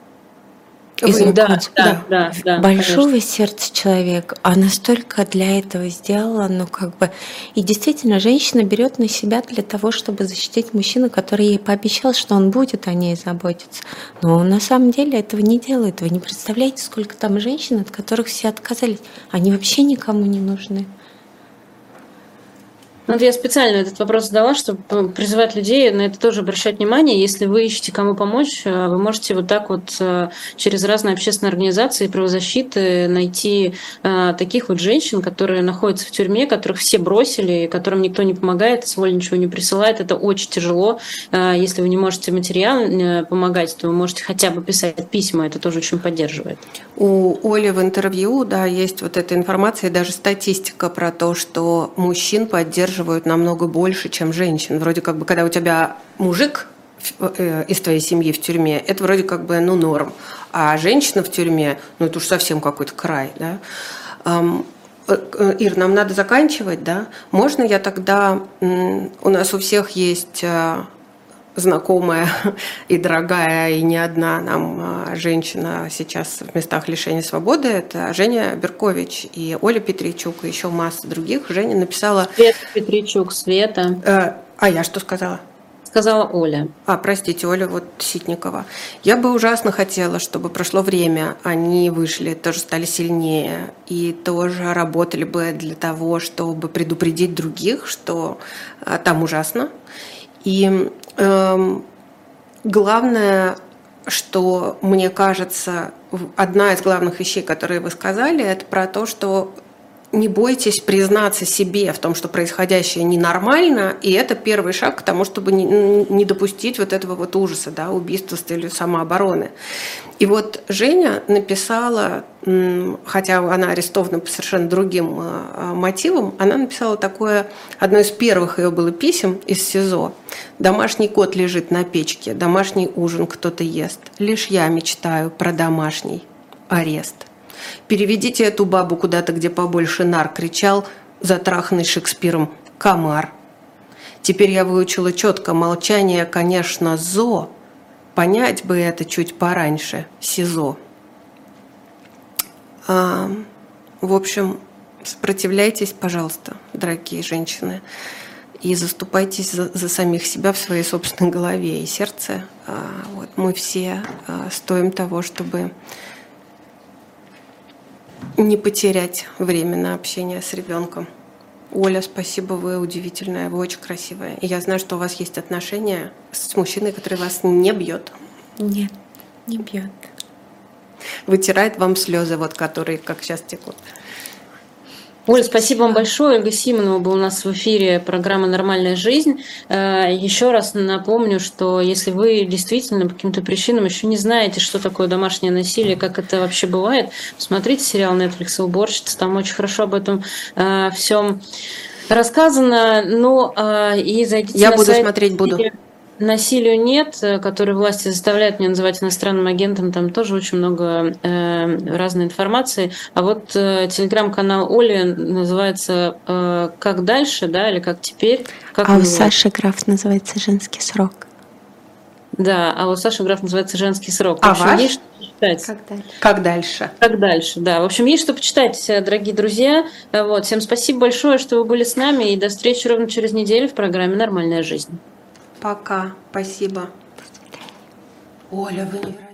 Да, Большого конечно. сердца человек, она столько для этого сделала, и действительно женщина берет на себя для того, чтобы защитить мужчину, который ей пообещал, что он будет о ней заботиться. Но он на самом деле этого не делает. Вы не представляете, сколько там женщин, от которых все отказались. Они вообще никому не нужны. Вот я специально этот вопрос задала, чтобы призывать людей на это тоже обращать внимание. Если вы ищете, кому помочь, вы можете вот так вот через разные общественные организации правозащиты найти таких вот женщин, которые находятся в тюрьме, которых все бросили, которым никто не помогает, с воли ничего не присылает. Это очень тяжело. Если вы не можете материально помогать, то вы можете хотя бы писать письма. Это тоже очень поддерживает. У Оли в интервью, да, есть вот эта информация, даже статистика про то, что мужчин поддерживают намного больше, чем женщин. Вроде как бы, когда у тебя мужик из твоей семьи в тюрьме, это вроде как бы, норм. А женщина в тюрьме, это уж совсем какой-то край, да. Ир, нам надо заканчивать, да? Можно я тогда... У нас у всех есть знакомая и дорогая, и не одна нам женщина сейчас в местах лишения свободы. Это Женя Беркович и Оля Петричук, и еще масса других. Женя написала... Света Петричук, Света. А я что сказала? Сказала Оля. Простите, Оля Ситникова. Я бы ужасно хотела, чтобы прошло время, они вышли, тоже стали сильнее и тоже работали бы для того, чтобы предупредить других, что там ужасно. И главное, что, мне кажется, одна из главных вещей, которые вы сказали, это про то, что не бойтесь признаться себе в том, что происходящее ненормально, и это первый шаг к тому, чтобы не допустить вот этого вот ужаса, да, убийства с целью самообороны. И вот Женя написала, хотя она арестована по совершенно другим мотивам, она написала такое, одно из первых ее было писем из СИЗО. «Домашний кот лежит на печке, домашний ужин кто-то ест. Лишь я мечтаю про домашний арест. Переведите эту бабу куда-то, где побольше нар», кричал затраханный Шекспиром комар. Теперь я выучила четко: молчание, конечно, зо. Понять бы это чуть пораньше, СИЗО. В общем, сопротивляйтесь, пожалуйста, дорогие женщины, и заступайтесь за самих себя в своей собственной голове и сердце. Мы все стоим того, чтобы не потерять время на общение с ребенком. Оля, спасибо, вы удивительная, вы очень красивая. И я знаю, что у вас есть отношения с мужчиной, который вас не бьет. Нет, не бьет. Вытирает вам слезы, которые как сейчас текут. Оля, спасибо вам большое. Ольга Симонова была у нас в эфире программы «Нормальная жизнь». Еще раз напомню, что если вы действительно по каким-то причинам еще не знаете, что такое домашнее насилие, как это вообще бывает, посмотрите сериал Netflix «Уборщица», там очень хорошо об этом всем рассказано. И зайдите Я на буду сайт смотреть, буду. «Насилию нет», который власти заставляют меня называть иностранным агентом, там тоже очень много разной информации. А вот телеграм-канал Оли называется «Как дальше», да, или «Как теперь». Как у Саши Граф называется «Женский срок». Да, а вот Саша Граф называется «Женский срок». А в общем, ваш? есть что почитать. Как дальше? Как дальше, да. В общем, есть что почитать, дорогие друзья. Всем спасибо большое, что вы были с нами, и до встречи ровно через неделю в программе «Нормальная жизнь». Пока. Спасибо. Оля, вы невероятная.